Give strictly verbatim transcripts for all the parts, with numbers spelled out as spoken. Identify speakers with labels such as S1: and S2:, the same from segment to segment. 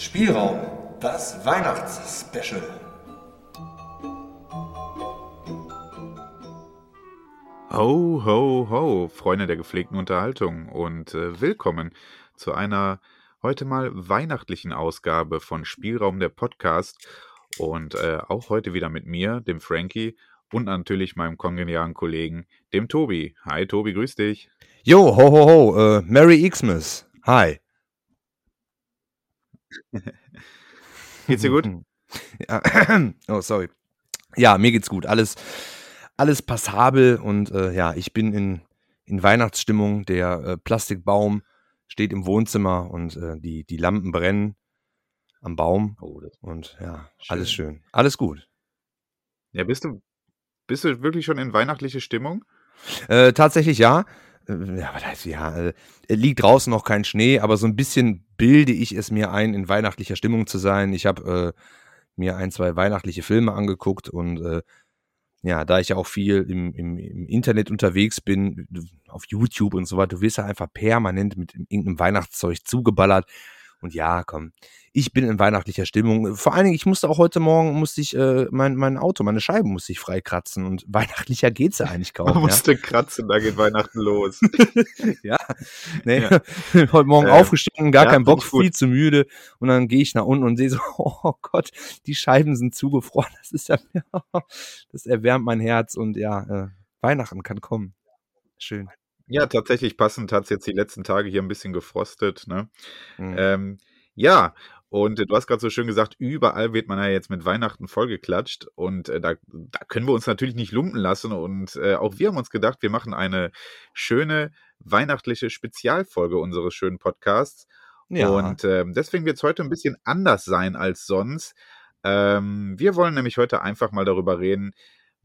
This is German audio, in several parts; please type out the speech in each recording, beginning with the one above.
S1: Spielraum, das Weihnachtsspecial.
S2: Ho, ho, ho, Freunde der gepflegten Unterhaltung und äh, willkommen zu einer heute mal weihnachtlichen Ausgabe von Spielraum der Podcast und äh, auch heute wieder mit mir, dem Frankie und natürlich meinem kongenialen Kollegen, dem Tobi. Hi Tobi, grüß dich.
S3: Jo, ho, ho, ho, äh, Merry Xmas. Hi.
S2: Geht's dir gut?
S3: Ja, oh, sorry. Ja, mir geht's gut. Alles, alles passabel und äh, ja, ich bin in, in Weihnachtsstimmung. Der äh, Plastikbaum steht im Wohnzimmer und äh, die, die Lampen brennen am Baum.
S2: Oh, das
S3: Und ja,
S2: schön.
S3: alles schön. Alles gut.
S2: Ja, bist du, bist du wirklich schon in weihnachtliche Stimmung?
S3: Äh, tatsächlich ja. Äh, Ja, was heißt ja? Äh, liegt draußen noch kein Schnee, aber so ein bisschen bilde ich es mir ein, in weihnachtlicher Stimmung zu sein. Ich habe äh, mir ein, zwei weihnachtliche Filme angeguckt und äh, ja, da ich ja auch viel im, im, im Internet unterwegs bin, auf YouTube und so weiter, du wirst ja einfach permanent mit irgendeinem Weihnachtszeug zugeballert. Und ja, komm, ich bin in weihnachtlicher Stimmung. Vor allen Dingen, ich musste auch heute Morgen, musste ich äh, mein, mein Auto, meine Scheiben musste ich freikratzen. Und weihnachtlicher geht's ja eigentlich kaum.
S2: Man
S3: ja.
S2: musste kratzen, da geht Weihnachten los.
S3: ja, nee,
S2: Ja.
S3: heute Morgen
S2: Äh,
S3: aufgestanden, gar
S2: ja,
S3: keinen Bock,
S2: find ich gut.
S3: viel zu müde. Und dann gehe ich nach unten und sehe so, oh Gott, die Scheiben sind zugefroren. Das ist ja, das erwärmt mein Herz. Und ja, äh, Weihnachten kann kommen. Schön.
S2: Ja, tatsächlich passend hat's jetzt die letzten Tage hier ein bisschen gefrostet, ne?
S3: Mhm.
S2: Ähm, ja, und äh, du hast gerade so schön gesagt, überall wird man ja jetzt mit Weihnachten vollgeklatscht und äh, da, da können wir uns natürlich nicht lumpen lassen und äh, auch wir haben uns gedacht, wir machen eine schöne weihnachtliche Spezialfolge unseres schönen Podcasts
S3: Ja.
S2: und ähm, deswegen wird es heute ein bisschen anders sein als sonst. Ähm, wir wollen nämlich heute einfach mal darüber reden,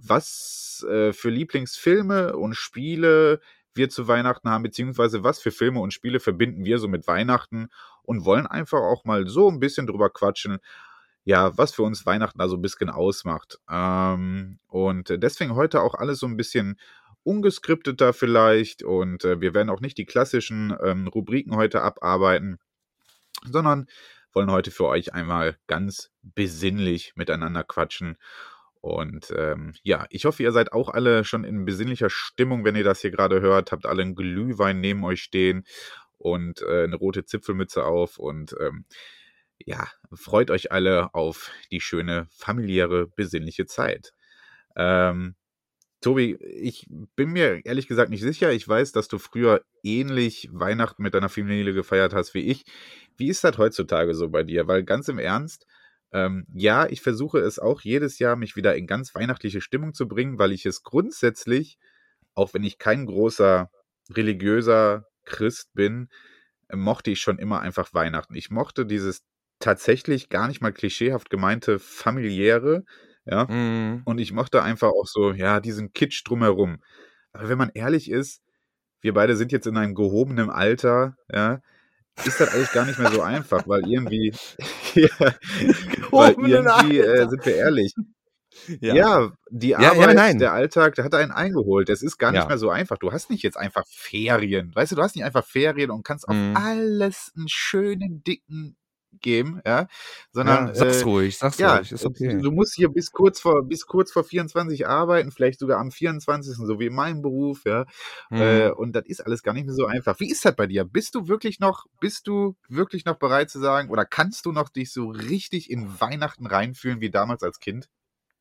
S2: was äh, für Lieblingsfilme und Spiele wir zu Weihnachten haben, beziehungsweise was für Filme und Spiele verbinden wir so mit Weihnachten und wollen einfach auch mal so ein bisschen drüber quatschen, ja, was für uns Weihnachten also ein bisschen ausmacht. Ähm, und äh, deswegen heute auch alles so ein bisschen ungeskripteter vielleicht und äh, wir werden auch nicht die klassischen ähm, Rubriken heute abarbeiten, sondern wollen heute für euch einmal ganz besinnlich miteinander quatschen. Und ähm, ja, ich hoffe, ihr seid auch alle schon in besinnlicher Stimmung, wenn ihr das hier gerade hört. Habt alle einen Glühwein neben euch stehen und äh, eine rote Zipfelmütze auf. Und ähm, ja, freut euch alle auf die schöne, familiäre, besinnliche Zeit. Ähm, Tobi, ich bin mir ehrlich gesagt nicht sicher. Ich weiß, dass du früher ähnlich Weihnachten mit deiner Familie gefeiert hast wie ich. Wie ist das heutzutage so bei dir? Weil ganz im Ernst, ähm, ja, ich versuche es auch jedes Jahr, mich wieder in ganz weihnachtliche Stimmung zu bringen, weil ich es grundsätzlich, auch wenn ich kein großer religiöser Christ bin, äh, mochte ich schon immer einfach Weihnachten. Ich mochte dieses tatsächlich gar nicht mal klischeehaft gemeinte familiäre, ja,
S3: Mhm.
S2: und ich mochte einfach auch so, ja, diesen Kitsch drumherum. Aber wenn man ehrlich ist, wir beide sind jetzt in einem gehobenen Alter, ja, ist das eigentlich gar nicht mehr so einfach, weil irgendwie, ja, weil
S3: Gehobenen
S2: irgendwie, äh,
S3: Alter.
S2: sind wir ehrlich.
S3: Ja.
S2: Ja, die
S3: Ja, ja,
S2: Arbeit,
S3: nein.
S2: der Alltag, der hat einen eingeholt. Es ist gar nicht
S3: Ja.
S2: mehr so einfach. Du hast nicht jetzt einfach Ferien. Weißt du, du hast nicht einfach Ferien und kannst auf
S3: Mhm.
S2: alles einen schönen, dicken geben, ja, sondern
S3: Ja, sag's
S2: äh,
S3: ruhig, sag's
S2: ja,
S3: ruhig, ist
S2: äh,
S3: okay.
S2: du musst hier bis kurz vor bis kurz vor vierundzwanzig arbeiten, vielleicht sogar am vierundzwanzigsten so wie in meinem Beruf, ja. Äh,
S3: Mhm.
S2: und das ist alles gar nicht mehr so einfach. Wie ist das bei dir? Bist du wirklich noch bist du wirklich noch bereit zu sagen oder kannst du noch dich so richtig in Weihnachten reinfühlen wie damals als Kind?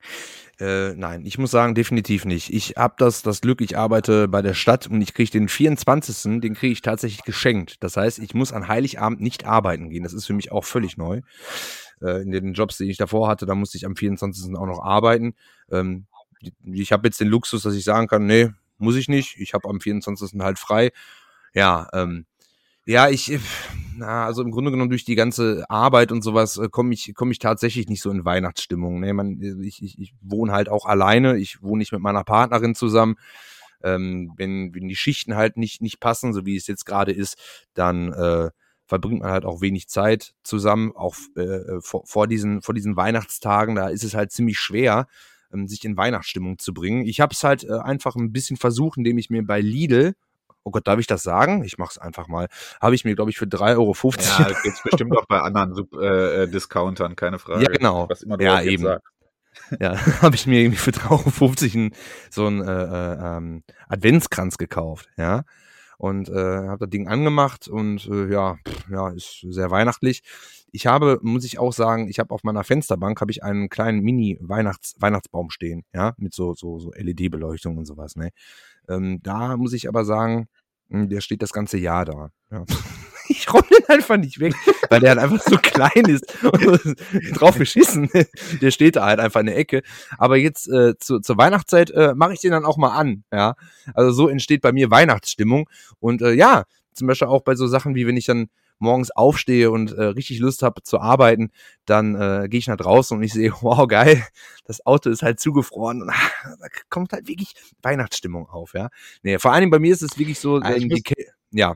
S3: Äh, nein, ich muss sagen, definitiv nicht. Ich habe das, das Glück, ich arbeite bei der Stadt und ich kriege den vierundzwanzigsten den kriege ich tatsächlich geschenkt. Das heißt, ich muss an Heiligabend nicht arbeiten gehen. Das ist für mich auch völlig neu. Äh, in den Jobs, die ich davor hatte, da musste ich am vierundzwanzigsten auch noch arbeiten. Ähm, ich habe jetzt den Luxus, dass ich sagen kann, nee, muss ich nicht. Ich habe am vierundzwanzigsten halt frei. Ja, ähm, ja, ich, äh, na, also im Grunde genommen durch die ganze Arbeit und sowas äh, komme ich, komme ich tatsächlich nicht so in Weihnachtsstimmung. Ne? Man, ich, ich, ich wohne halt auch alleine. Ich wohne nicht mit meiner Partnerin zusammen. Ähm, wenn, wenn die Schichten halt nicht, nicht passen, so wie es jetzt gerade ist, dann äh, verbringt man halt auch wenig Zeit zusammen. Auch äh, vor, vor, diesen, vor diesen Weihnachtstagen, da ist es halt ziemlich schwer, ähm, sich in Weihnachtsstimmung zu bringen. Ich habe es halt äh, einfach ein bisschen versucht, indem ich mir bei Lidl oh Gott, darf ich das sagen? Ich mach's einfach mal. Habe ich mir, glaube ich, für drei Euro fünfzig.
S2: Ja, das gibt's bestimmt auch bei anderen Sub- äh, Discountern, keine Frage.
S3: Ja, genau.
S2: Was immer du
S3: Ja,
S2: auch jetzt
S3: eben.
S2: sagst.
S3: Ja, habe ich mir irgendwie für drei Euro fünfzig einen, so einen äh, äh, ähm, Adventskranz gekauft, ja. Und äh, habe das Ding angemacht und äh, ja, pff, ja, ist sehr weihnachtlich. Ich habe, muss ich auch sagen, ich habe auf meiner Fensterbank habe ich einen kleinen Mini-Weihnachts-Weihnachtsbaum stehen, ja, mit so so so L E D-Beleuchtung und sowas, ne. Ähm, da muss ich aber sagen, mh, der steht das ganze Jahr da. Ja. Ich räume den einfach nicht weg, weil der halt einfach so klein ist und drauf geschissen. Der steht da halt einfach in der Ecke. Aber jetzt äh, zu, zur Weihnachtszeit äh, mache ich den dann auch mal an. Ja, also so entsteht bei mir Weihnachtsstimmung. Und äh, ja, zum Beispiel auch bei so Sachen wie wenn ich dann morgens aufstehe und äh, richtig Lust habe zu arbeiten, dann äh, gehe ich nach draußen und ich sehe, wow, geil, das Auto ist halt zugefroren und ah, da kommt halt wirklich Weihnachtsstimmung auf, ja. Nee, vor allen Dingen bei mir ist es wirklich so,
S2: Ah, ich
S3: ähm,
S2: muss-
S3: die Ke- ja.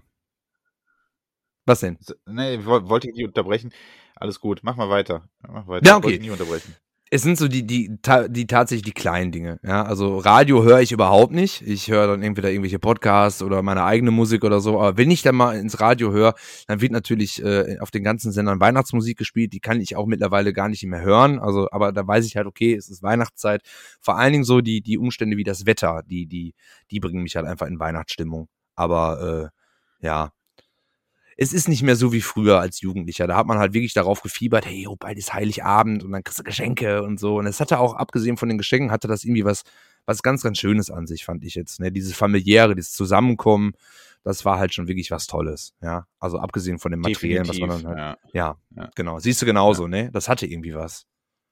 S3: Was denn?
S2: So, Nee, woll- wollte ich nicht unterbrechen. Alles gut, mach mal weiter. Mach weiter.
S3: Ja,
S2: Wollte
S3: okay.
S2: ich nicht unterbrechen.
S3: Es sind so die, die, ta- die tatsächlich die kleinen Dinge. Ja, also Radio höre ich überhaupt nicht. Ich höre dann entweder irgendwelche Podcasts oder meine eigene Musik oder so. Aber wenn ich dann mal ins Radio höre, dann wird natürlich äh, auf den ganzen Sendern Weihnachtsmusik gespielt. Die kann ich auch mittlerweile gar nicht mehr hören. Also, aber da weiß ich halt, okay, es ist Weihnachtszeit. Vor allen Dingen so die, die Umstände wie das Wetter, die, die, die bringen mich halt einfach in Weihnachtsstimmung. Aber äh, ja. Es ist nicht mehr so wie früher als Jugendlicher. Da hat man halt wirklich darauf gefiebert, hey, oh, bald ist Heiligabend und dann kriegst du Geschenke und so. Und es hatte auch, abgesehen von den Geschenken, hatte das irgendwie was, was ganz, ganz Schönes an sich, fand ich jetzt. Ne? Dieses familiäre, dieses Zusammenkommen, das war halt schon wirklich was Tolles. Ja, also abgesehen von dem Materiellen, was man dann halt.
S2: ja.
S3: Ja,
S2: Ja.
S3: genau. Siehst du genauso, ne? Das hatte irgendwie was.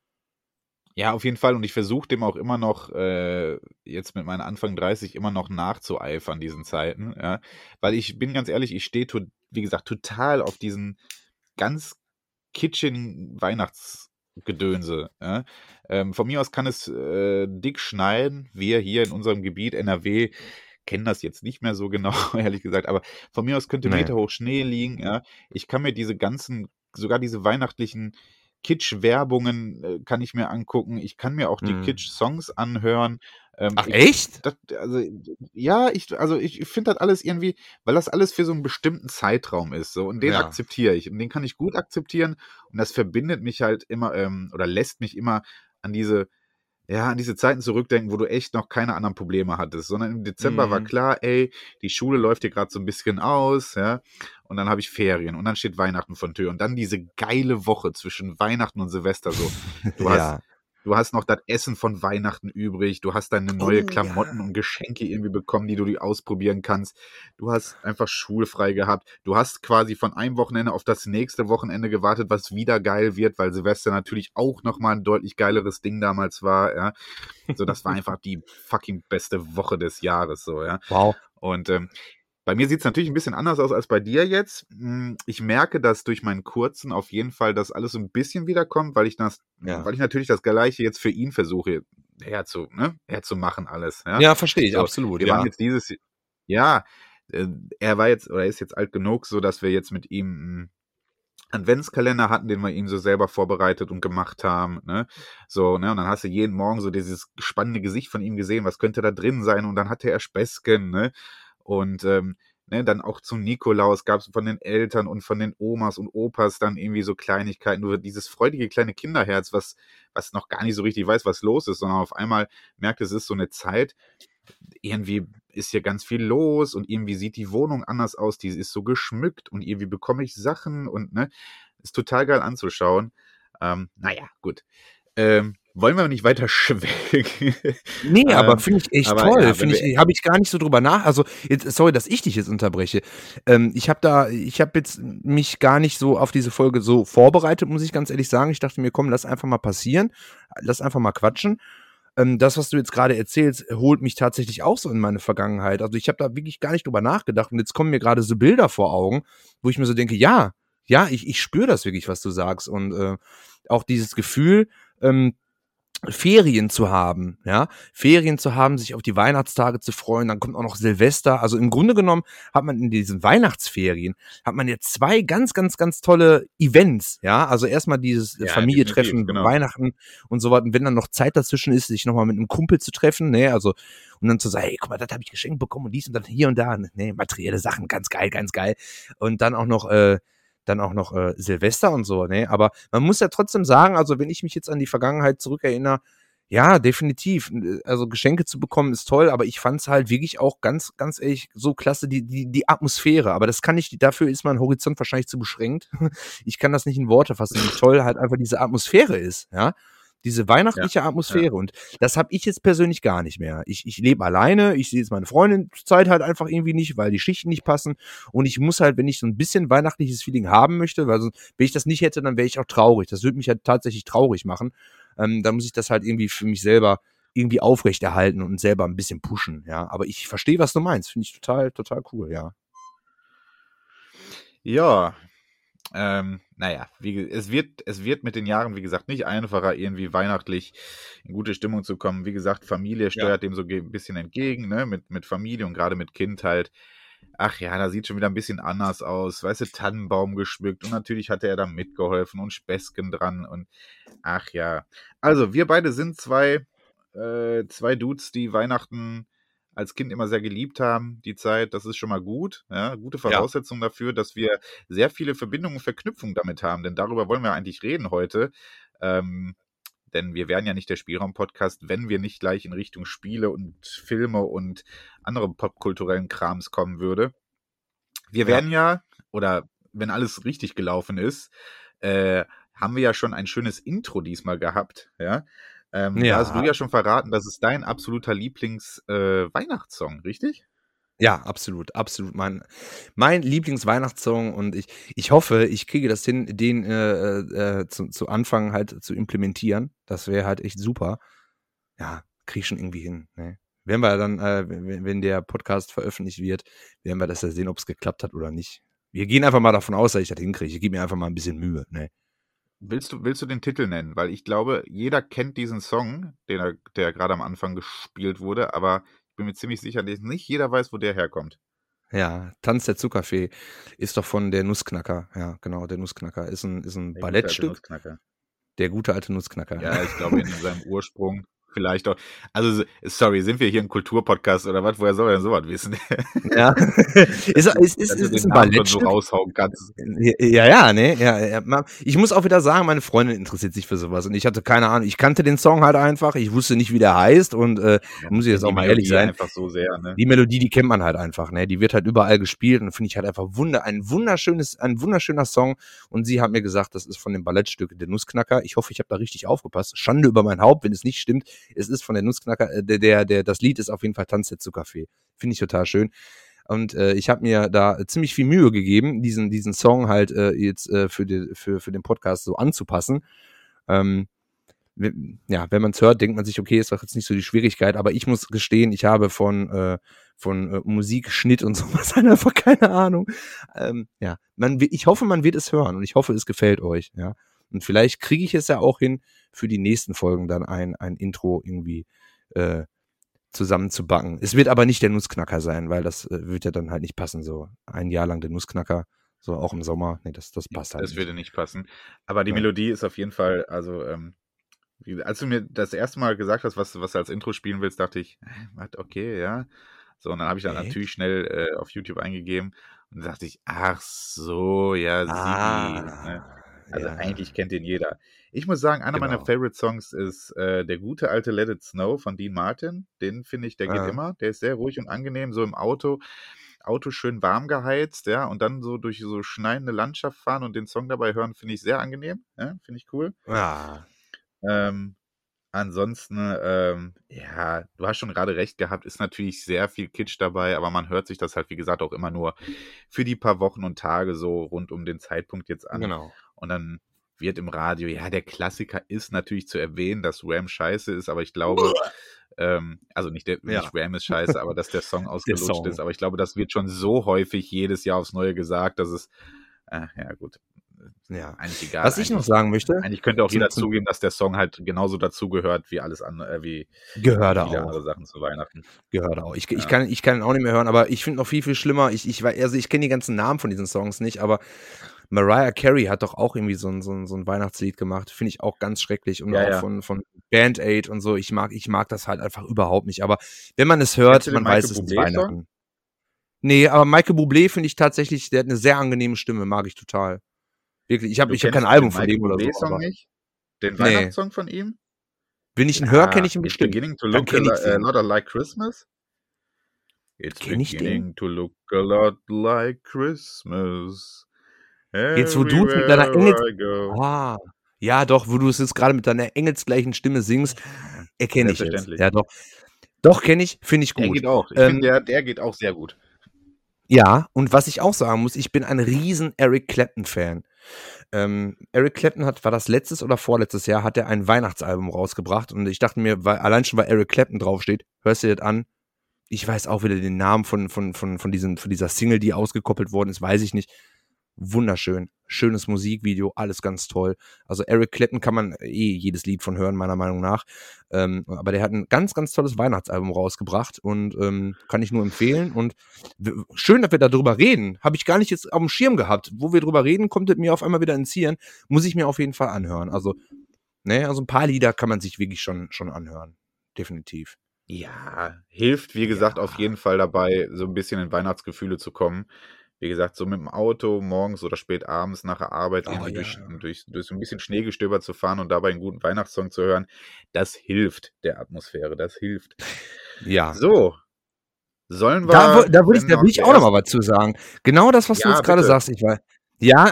S2: Ja, auf jeden Fall. Und ich versuche dem auch immer noch, äh, jetzt mit meinen Anfang dreißig, immer noch nachzueifern, diesen Zeiten. Ja? Weil ich bin ganz ehrlich, ich stehe, wie gesagt, total auf diesen ganz kitschigen Weihnachtsgedönse. Ja? Ähm, von mir aus kann es äh, dick schneien. Wir hier in unserem Gebiet, N R W, kennen das jetzt nicht mehr so genau, ehrlich gesagt. Aber von mir aus könnte
S3: Nee.
S2: meterhoch Schnee liegen. Ja? Ich kann mir diese ganzen, sogar diese weihnachtlichen Kitsch-Werbungen äh, kann ich mir angucken. Ich kann mir auch die
S3: Mhm.
S2: Kitsch-Songs anhören. Ähm,
S3: Ach,
S2: ich,
S3: echt?
S2: das, also, ja, ich, also ich finde das alles irgendwie, weil das alles für so einen bestimmten Zeitraum ist. So, und den
S3: Ja.
S2: akzeptiere ich. Und den kann ich gut akzeptieren. Und das verbindet mich halt immer, ähm, oder lässt mich immer an diese, ja, an diese Zeiten zurückdenken, wo du echt noch keine anderen Probleme hattest, sondern im Dezember war
S3: Mhm.
S2: klar, ey, die Schule läuft hier gerade so ein bisschen aus, ja, und dann habe ich Ferien und dann steht Weihnachten vor der Tür und dann diese geile Woche zwischen Weihnachten und Silvester so. Du hast,
S3: Ja.
S2: du hast noch das Essen von Weihnachten übrig, du hast deine neue
S3: Oh,
S2: Klamotten
S3: ja.
S2: und Geschenke irgendwie bekommen, die du die ausprobieren kannst. Du hast einfach schulfrei gehabt. Du hast quasi von einem Wochenende auf das nächste Wochenende gewartet, was wieder geil wird, weil Silvester natürlich auch nochmal ein deutlich geileres Ding damals war, ja. So, das war einfach die fucking beste Woche des Jahres, so, ja.
S3: Wow.
S2: Und ähm, bei mir sieht es natürlich ein bisschen anders aus als bei dir jetzt. Hm, Ich merke, dass durch meinen kurzen auf jeden Fall das alles so ein bisschen wiederkommt, weil ich das,
S3: Ja.
S2: weil ich natürlich das Gleiche jetzt für ihn versuche herzu, ne, herzumachen alles. Ja,
S3: Ja, verstehe ich,
S2: so,
S3: absolut.
S2: wir
S3: Ja.
S2: waren jetzt dieses, ja, äh, er war jetzt oder ist jetzt alt genug, so dass wir jetzt mit ihm einen Adventskalender hatten, den wir ihm so selber vorbereitet und gemacht haben, ne, so, ne, und dann hast du jeden Morgen so dieses spannende Gesicht von ihm gesehen, was könnte da drin sein, und dann hatte er Späßchen, ne, und ähm, ne, dann auch zum Nikolaus gab es von den Eltern und von den Omas und Opas dann irgendwie so Kleinigkeiten, nur dieses freudige kleine Kinderherz, was, was noch gar nicht so richtig weiß, was los ist, sondern auf einmal merkt, es ist so eine Zeit, irgendwie ist hier ganz viel los und irgendwie sieht die Wohnung anders aus, die ist so geschmückt und irgendwie bekomme ich Sachen und ne, ist total geil anzuschauen. Ähm, naja, gut. Ähm, wollen wir nicht weiter schwelgen?
S3: Nee, aber
S2: Ähm,
S3: finde ich echt
S2: aber
S3: toll.
S2: ja, wenn
S3: Finde
S2: wir,
S3: ich, habe ich gar nicht so drüber nach. Also, jetzt, sorry, dass ich dich jetzt unterbreche. Ähm, ich habe da, ich habe jetzt mich gar nicht so auf diese Folge so vorbereitet, muss ich ganz ehrlich sagen. Ich dachte mir, komm, lass einfach mal passieren. Lass einfach mal quatschen. Ähm, das, was du jetzt gerade erzählst, holt mich tatsächlich auch so in meine Vergangenheit. Also, ich habe da wirklich gar nicht drüber nachgedacht. Und jetzt kommen mir gerade so Bilder vor Augen, wo ich mir so denke, ja, ja, ich, ich spüre das wirklich, was du sagst. Und äh, auch dieses Gefühl, ähm, Ferien zu haben, ja, Ferien zu haben, sich auf die Weihnachtstage zu freuen, dann kommt auch noch Silvester. Also im Grunde genommen hat man in diesen Weihnachtsferien, hat man jetzt zwei ganz, ganz, ganz tolle Events, ja. Also erstmal dieses
S2: Ja,
S3: Familie
S2: definitiv,
S3: treffen,
S2: genau.
S3: Weihnachten und so was. Und wenn dann noch Zeit dazwischen ist, sich nochmal mit einem Kumpel zu treffen, ne, also und dann zu sagen, hey, guck mal, das habe ich geschenkt bekommen und dies und das hier und da, ne, materielle Sachen, ganz geil, ganz geil. Und dann auch noch, äh, dann auch noch äh, Silvester und so, ne? Aber man muss ja trotzdem sagen, also wenn ich mich jetzt an die Vergangenheit zurückerinnere, ja, definitiv. Also Geschenke zu bekommen ist toll, aber ich fand es halt wirklich auch ganz, ganz ehrlich so klasse, die, die, die Atmosphäre. Aber das kann ich, dafür ist mein Horizont wahrscheinlich zu beschränkt. Ich kann das nicht in Worte fassen, wie toll halt einfach diese Atmosphäre ist, ja. Diese weihnachtliche
S2: Ja,
S3: Atmosphäre.
S2: ja.
S3: Und das habe ich jetzt persönlich gar nicht mehr. Ich, ich lebe alleine, ich sehe jetzt meine Freundin zur Zeit halt einfach irgendwie nicht, weil die Schichten nicht passen. Und ich muss halt, wenn ich so ein bisschen weihnachtliches Feeling haben möchte, weil sonst, wenn ich das nicht hätte, dann wäre ich auch traurig. Das würde mich halt tatsächlich traurig machen. Ähm, da muss ich das halt irgendwie für mich selber irgendwie aufrechterhalten und selber ein bisschen pushen, ja. Aber ich verstehe, was du meinst. Finde ich total, total cool, ja.
S2: Ja, ähm, naja, wie, ge- es wird, es wird mit den Jahren, wie gesagt, nicht einfacher, irgendwie weihnachtlich in gute Stimmung zu kommen. Wie gesagt, Familie steuert dem so ge- ein bisschen entgegen, ne, mit, mit Familie und gerade mit Kind halt. Ach ja, da sieht schon wieder ein bisschen anders aus. Weißt du, Tannenbaum geschmückt und natürlich hatte er da mitgeholfen und Späßchen dran und ach ja. Also, wir beide sind zwei, äh, zwei Dudes, die Weihnachten als Kind immer sehr geliebt haben, die Zeit. Das ist schon mal gut. Ja, gute Voraussetzung dafür, dass wir sehr viele Verbindungen und Verknüpfungen damit haben, denn darüber wollen wir eigentlich reden heute. Ähm, denn wir wären ja nicht der Spielraum-Podcast, wenn wir nicht gleich in Richtung Spiele und Filme und andere popkulturellen Krams kommen würde. Wir
S3: Ja.
S2: werden ja, oder wenn alles richtig gelaufen ist, äh, haben wir ja schon ein schönes Intro diesmal gehabt. Ja, ähm, da hast du
S3: Ja.
S2: ja schon verraten, das ist dein absoluter Lieblings-Weihnachtssong, richtig?
S3: Ja, absolut, absolut. Mein, mein Lieblingsweihnachtssong und ich, ich hoffe, ich kriege das hin, den äh, äh, zu, zu Anfang halt zu implementieren. Das wäre halt echt super. Ja, krieg ich schon irgendwie hin. Ne? Werden wir dann, äh, wenn, wenn der Podcast veröffentlicht wird, werden wir das ja sehen, ob es geklappt hat oder nicht. Wir gehen einfach mal davon aus, dass ich das hinkriege. Ich gebe mir einfach mal ein bisschen Mühe. Ne?
S2: Willst du, willst du den Titel nennen? Weil ich glaube, jeder kennt diesen Song, den er, der gerade am Anfang gespielt wurde, aber ich bin mir ziemlich sicher, dass nicht jeder weiß, wo der herkommt.
S3: Ja, Tanz der Zuckerfee ist doch von der Nussknacker. Ja, genau, der Nussknacker ist ein, ist ein
S2: Der gute alte
S3: Ballettstück.
S2: Nussknacker.
S3: Der gute alte Nussknacker.
S2: Ja, ich glaube in seinem Ursprung vielleicht auch. Also, sorry, sind wir hier ein Kulturpodcast oder was? Woher soll er denn sowas wissen?
S3: Ja. ist, ist, ist, ist,
S2: Dass du
S3: ist
S2: den
S3: ein
S2: Namen schon so
S3: Ballettstück.
S2: raushauen kannst.
S3: Ja, ja, ne, ja, ja. ma- Ich muss auch wieder sagen, meine Freundin interessiert sich für sowas und ich hatte keine Ahnung. Ich kannte den Song halt einfach, ich wusste nicht, wie der heißt und äh,
S2: Ja,
S3: muss ich jetzt
S2: die
S3: auch mal ehrlich
S2: Melodie
S3: sein.
S2: einfach so sehr, ne?
S3: Die Melodie, die kennt man halt einfach, ne? Die wird halt überall gespielt und finde ich halt einfach wunder, ein wunderschönes, ein wunderschöner Song. Und sie hat mir gesagt, das ist von dem Ballettstück Der Nussknacker. Ich hoffe, ich habe da richtig aufgepasst. Schande über mein Haupt, wenn es nicht stimmt. Es ist von der Nussknacker, äh, der, der, der, das Lied ist auf jeden Fall Tanz der Zuckerfee. Finde ich total schön. Und äh, ich habe mir da ziemlich viel Mühe gegeben, diesen, diesen Song halt äh, jetzt äh, für, die, für, für den Podcast so anzupassen. Ähm, ja, wenn man es hört, denkt man sich, okay, ist doch jetzt nicht so die Schwierigkeit, aber ich muss gestehen, ich habe von, äh, von äh, Musik, Schnitt und sowas einfach keine Ahnung. Ähm, ja, man, ich hoffe, man wird es hören und ich hoffe, es gefällt euch, ja. Und vielleicht kriege ich es ja auch hin, für die nächsten Folgen dann ein, ein Intro irgendwie äh, zusammenzubacken. Es wird aber nicht der Nussknacker sein, weil das äh, wird ja dann halt nicht passen, so ein Jahr lang der Nussknacker, so auch im Sommer. Nee, das, das passt halt
S2: Das
S3: nicht.
S2: würde nicht passen. Aber die
S3: Ja.
S2: Melodie ist auf jeden Fall, also, ähm, wie- als du mir das erste Mal gesagt hast, was, was du als Intro spielen willst, dachte ich, äh, was, okay, ja. So, und dann habe ich dann
S3: Echt?
S2: natürlich schnell äh, auf YouTube eingegeben und dachte ich, ach so, ja, Siggi. Ne?
S3: Ah,
S2: Also
S3: ja,
S2: eigentlich kennt den jeder. Ich muss sagen, einer meiner
S3: genau.
S2: Favorite Songs ist äh, der gute alte Let It Snow von Dean Martin. Den finde ich, der geht
S3: Ah.
S2: immer. Der ist sehr ruhig und angenehm, so im Auto. Auto schön warm geheizt, ja, und dann so durch so schneidende Landschaft fahren und den Song dabei hören, finde ich sehr angenehm. Ja, finde ich cool.
S3: Ah,
S2: Ähm, ansonsten, ähm, ja, du hast schon gerade recht gehabt, ist natürlich sehr viel Kitsch dabei, aber man hört sich das halt, wie gesagt, auch immer nur für die paar Wochen und Tage so rund um den Zeitpunkt jetzt an.
S3: genau.
S2: Und dann wird im Radio, ja, der Klassiker ist natürlich zu erwähnen, dass Wham scheiße ist, aber ich glaube, ähm, also nicht, der,
S3: Ja.
S2: nicht Wham ist scheiße, aber dass der Song ausgelutscht
S3: Song.
S2: ist. Aber ich glaube, das wird schon so häufig jedes Jahr aufs Neue gesagt, dass es, äh, ja gut, ja. eigentlich egal.
S3: Was ich
S2: eigentlich,
S3: noch sagen möchte.
S2: Eigentlich könnte auch jeder zugeben, dass der Song halt genauso dazugehört wie alles andere, äh, wie
S3: gehört
S2: viele
S3: auch.
S2: andere Sachen zu Weihnachten.
S3: Gehört auch. Ich,
S2: Ja.
S3: ich, kann, ich kann ihn auch nicht mehr hören, aber ich finde noch viel, viel schlimmer. Ich, ich, also ich kenne die ganzen Namen von diesen Songs nicht, aber Mariah Carey hat doch auch irgendwie so ein, so ein, so ein Weihnachtslied gemacht. Finde ich auch ganz schrecklich. Und
S2: Ja,
S3: auch
S2: ja.
S3: von, von Band Aid und so. Ich mag, ich mag das halt einfach überhaupt nicht. Aber wenn man es hört,
S2: Kennst du den
S3: man
S2: Michael
S3: weiß, es ist
S2: Bublé-Song?
S3: Weihnachten. Nee, aber Michael Bublé finde ich tatsächlich, der hat eine sehr angenehme Stimme, mag ich total. Wirklich, ich habe
S2: Du
S3: ich hab kein
S2: kennst
S3: Album
S2: den
S3: von dem
S2: Michael
S3: oder so.
S2: Bublé-Song
S3: Aber
S2: nicht? Den
S3: Nee.
S2: Weihnachtssong von ihm?
S3: wenn ich ihn
S2: Ja,
S3: höre, kenne ich ihn
S2: It's
S3: bestimmt.
S2: beginning to
S3: Dann
S2: look a,
S3: kenn
S2: li-
S3: ich
S2: a
S3: den.
S2: lot like Christmas. It's
S3: Kenn ich den?
S2: beginning to look a lot like Christmas.
S3: Jetzt, wo du es mit deiner
S2: Everywhere
S3: Engels...
S2: I go.
S3: Ah, ja doch, wo du es jetzt gerade mit deiner engelsgleichen Stimme singst, erkenne ich jetzt.
S2: Selbstverständlich.
S3: Ja doch. Doch, kenne ich, finde ich
S2: Der
S3: gut.
S2: geht auch. Ich
S3: Ähm,
S2: finde, der, der geht auch sehr gut.
S3: Ja, und was ich auch sagen muss, ich bin ein riesen Eric Clapton-Fan. Ähm, Eric Clapton hat, war das letztes oder vorletztes Jahr, hat er ein Weihnachtsalbum rausgebracht und ich dachte mir, weil allein schon, weil Eric Clapton draufsteht, hörst du dir das an? Ich weiß auch wieder den Namen von, von, von, von, diesen, von dieser Single, die ausgekoppelt worden ist, weiß ich nicht. Wunderschön. Schönes Musikvideo, alles ganz toll. Also Eric Clapton kann man eh jedes Lied von hören, meiner Meinung nach. Ähm, aber der hat ein ganz, ganz tolles Weihnachtsalbum rausgebracht und ähm, kann ich nur empfehlen. Und w- schön, dass wir darüber reden. Habe ich gar nicht jetzt auf dem Schirm gehabt. Wo wir drüber reden, kommt es mir auf einmal wieder ins Hirn. Muss ich mir auf jeden Fall anhören. Also, ne, also ein paar Lieder kann man sich wirklich schon, schon anhören. Definitiv.
S2: Ja, hilft, wie gesagt,
S3: Ja.
S2: auf jeden Fall dabei, so ein bisschen in Weihnachtsgefühle zu kommen. Wie gesagt, so mit dem Auto morgens oder spät abends nach der Arbeit
S3: Oh,
S2: irgendwie
S3: ja.
S2: durch, durch, durch so ein bisschen Schneegestöber zu fahren und dabei einen guten Weihnachtssong zu hören, das hilft der Atmosphäre, das hilft.
S3: Ja.
S2: So, sollen wir...
S3: Da, wo- da, würde ich,
S2: wenn
S3: da
S2: noch
S3: will ich
S2: der
S3: auch noch
S2: erste-
S3: mal was zu sagen. Genau das, was du
S2: Ja,
S3: jetzt gerade
S2: bitte.
S3: sagst, ich weiß. Ja,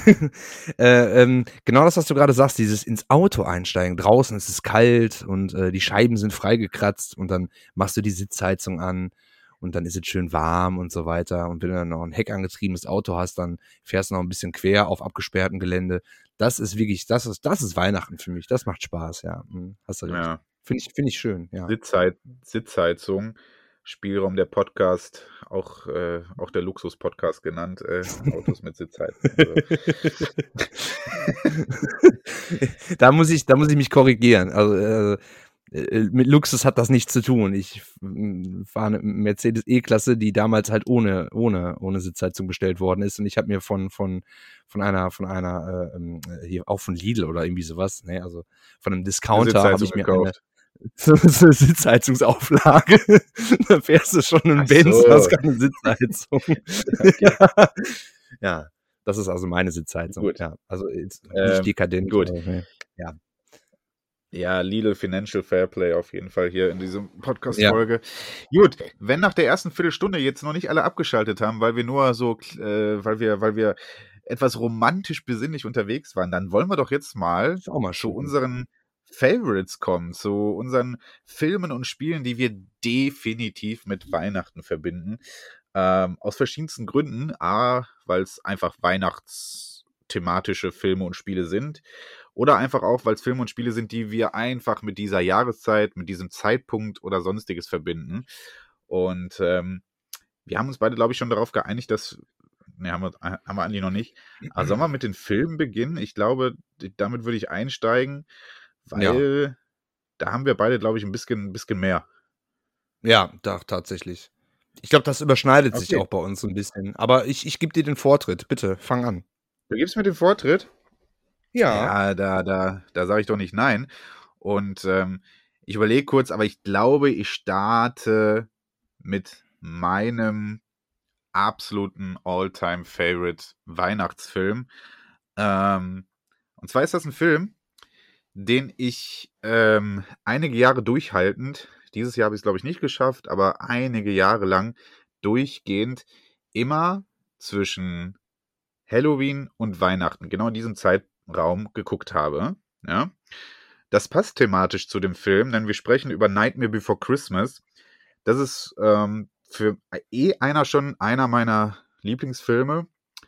S3: äh, ähm, genau das, was du gerade sagst, dieses ins Auto einsteigen. Draußen ist es kalt und äh, die Scheiben sind freigekratzt und dann machst du die Sitzheizung an und dann ist es schön warm und so weiter. Und wenn du dann noch ein heckangetriebenes Auto hast, dann fährst du noch ein bisschen quer auf abgesperrtem Gelände. Das ist wirklich, das ist, das ist Weihnachten für mich. Das macht Spaß, ja. Hm, hast du recht.
S2: Ja,
S3: Finde ich, finde ich schön, ja.
S2: Sitzheiz, Sitzheizung, Spielraum der Podcast, auch, äh, auch der Luxus-Podcast genannt, äh, Autos mit Sitzheizung. Also,
S3: da muss ich, da muss ich mich korrigieren. Also äh, äh, mit Luxus hat das nichts zu tun. Ich äh, fahre eine Mercedes E-Klasse, die damals halt ohne ohne ohne Sitzheizung bestellt worden ist und ich habe mir von von von einer von einer äh, ähm, hier auch von Lidl oder irgendwie sowas, ne, also von einem
S2: eine
S3: Discounter habe
S2: Sitzheizung
S3: ich mir eine
S2: gekauft.
S3: so so eine Sitzheizungsauflage. Da fährst du schon einen
S2: Ach
S3: Benz,
S2: so.
S3: hast keine Sitzheizung.
S2: Okay.
S3: Ja. Ja, das ist also meine Sitzheizung.
S2: Gut.
S3: Ja, also jetzt nicht
S2: Ähm,
S3: dekadent.
S2: gut.
S3: aber, ne. Ja.
S2: Ja, Lidl Financial Fairplay auf jeden Fall hier in dieser Podcast-Folge. Gut, wenn nach der ersten Viertelstunde jetzt noch nicht alle abgeschaltet haben, weil wir nur so, äh, weil wir, weil wir etwas romantisch besinnlich unterwegs waren, dann wollen wir doch jetzt mal
S3: Ist auch mal
S2: zu
S3: schön.
S2: unseren Favorites kommen, zu unseren Filmen und Spielen, die wir definitiv mit Weihnachten verbinden. Ähm, aus verschiedensten Gründen. A, weil es einfach weihnachtsthematische Filme und Spiele sind. Oder einfach auch, weil es Filme und Spiele sind, die wir einfach mit dieser Jahreszeit, mit diesem Zeitpunkt oder sonstiges verbinden. Und ähm, wir haben uns beide, glaube ich, schon darauf geeinigt, dass, ne, haben wir, haben wir eigentlich noch nicht. Aber sollen wir mit den Filmen beginnen? Ich glaube, damit würde ich einsteigen, weil da haben wir beide, glaube ich, ein bisschen, ein bisschen mehr.
S3: Ja, da, tatsächlich. Ich glaube, das überschneidet sich
S2: Okay.
S3: auch bei uns so ein bisschen. Aber ich, ich gebe dir den Vortritt. Bitte, fang an.
S2: Du gibst mir den Vortritt?
S3: Ja.
S2: Ja, da, da, da sage ich doch nicht nein. Und ähm, ich überlege kurz, aber ich glaube, ich starte mit meinem absoluten All-Time-Favorite Weihnachtsfilm. Ähm, und zwar ist das ein Film, den ich ähm, einige Jahre durchhaltend, dieses Jahr habe ich es, glaube ich, nicht geschafft, aber einige Jahre lang durchgehend immer zwischen Halloween und Weihnachten, genau in diesem Zeitraum geguckt habe. Ja. Das passt thematisch zu dem Film, denn wir sprechen über Nightmare Before Christmas. Das ist ähm, für eh einer schon einer meiner Lieblingsfilme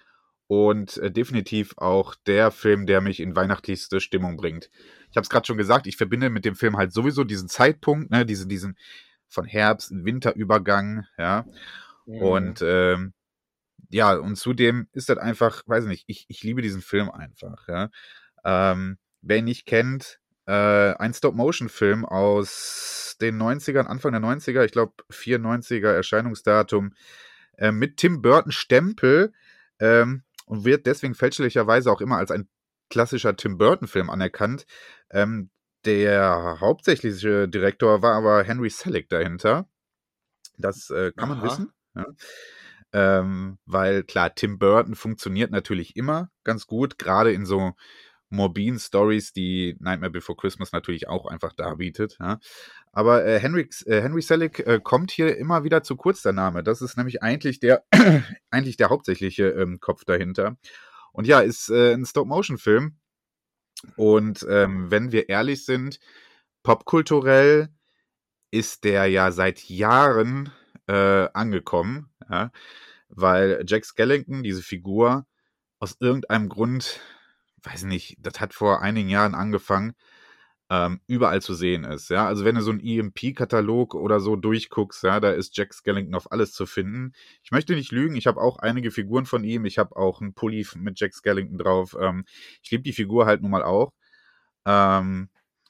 S2: und äh, definitiv auch der Film, der mich in weihnachtlichste Stimmung bringt. Ich habe es gerade schon gesagt, ich verbinde mit dem Film halt sowieso diesen Zeitpunkt, ne, diesen, diesen von Herbst- in Winterübergang, ja.
S3: Mhm.
S2: Und ähm, ja, und zudem ist das einfach, weiß nicht, ich, ich liebe diesen Film einfach, ja. Ähm, wer ihn nicht kennt, äh, ein Stop-Motion-Film aus den neunzigern, Anfang der neunziger, ich glaube vierundneunziger Erscheinungsdatum, äh, mit Tim Burton Stempel, ähm, und wird deswegen fälschlicherweise auch immer als ein klassischer Tim Burton-Film anerkannt. Ähm, der hauptsächliche Direktor war aber Henry Selick dahinter. Das äh, kann man
S1: Aha.
S2: wissen. Ja. Ähm, weil klar, Tim Burton funktioniert natürlich immer ganz gut, gerade in so morbiden Stories, die Nightmare Before Christmas natürlich auch einfach darbietet. Ja. Aber äh, Henry, äh, Henry Selick äh, kommt hier immer wieder zu kurz, der Name. Das ist nämlich eigentlich der, eigentlich der hauptsächliche ähm, Kopf dahinter. Und ja, ist äh, ein Stop-Motion-Film. Und ähm, wenn wir ehrlich sind, popkulturell ist der ja seit Jahren äh, angekommen, ja, weil Jack Skellington, diese Figur, aus irgendeinem Grund, weiß nicht, das hat vor einigen Jahren angefangen, ähm, überall zu sehen ist. Ja, also wenn du so einen E M P-Katalog oder so durchguckst, ja, da ist Jack Skellington auf alles zu finden. Ich möchte nicht lügen, ich habe auch einige Figuren von ihm, ich habe auch einen Pulli mit Jack Skellington drauf. Ähm, ich liebe die Figur halt nun mal auch. Ähm,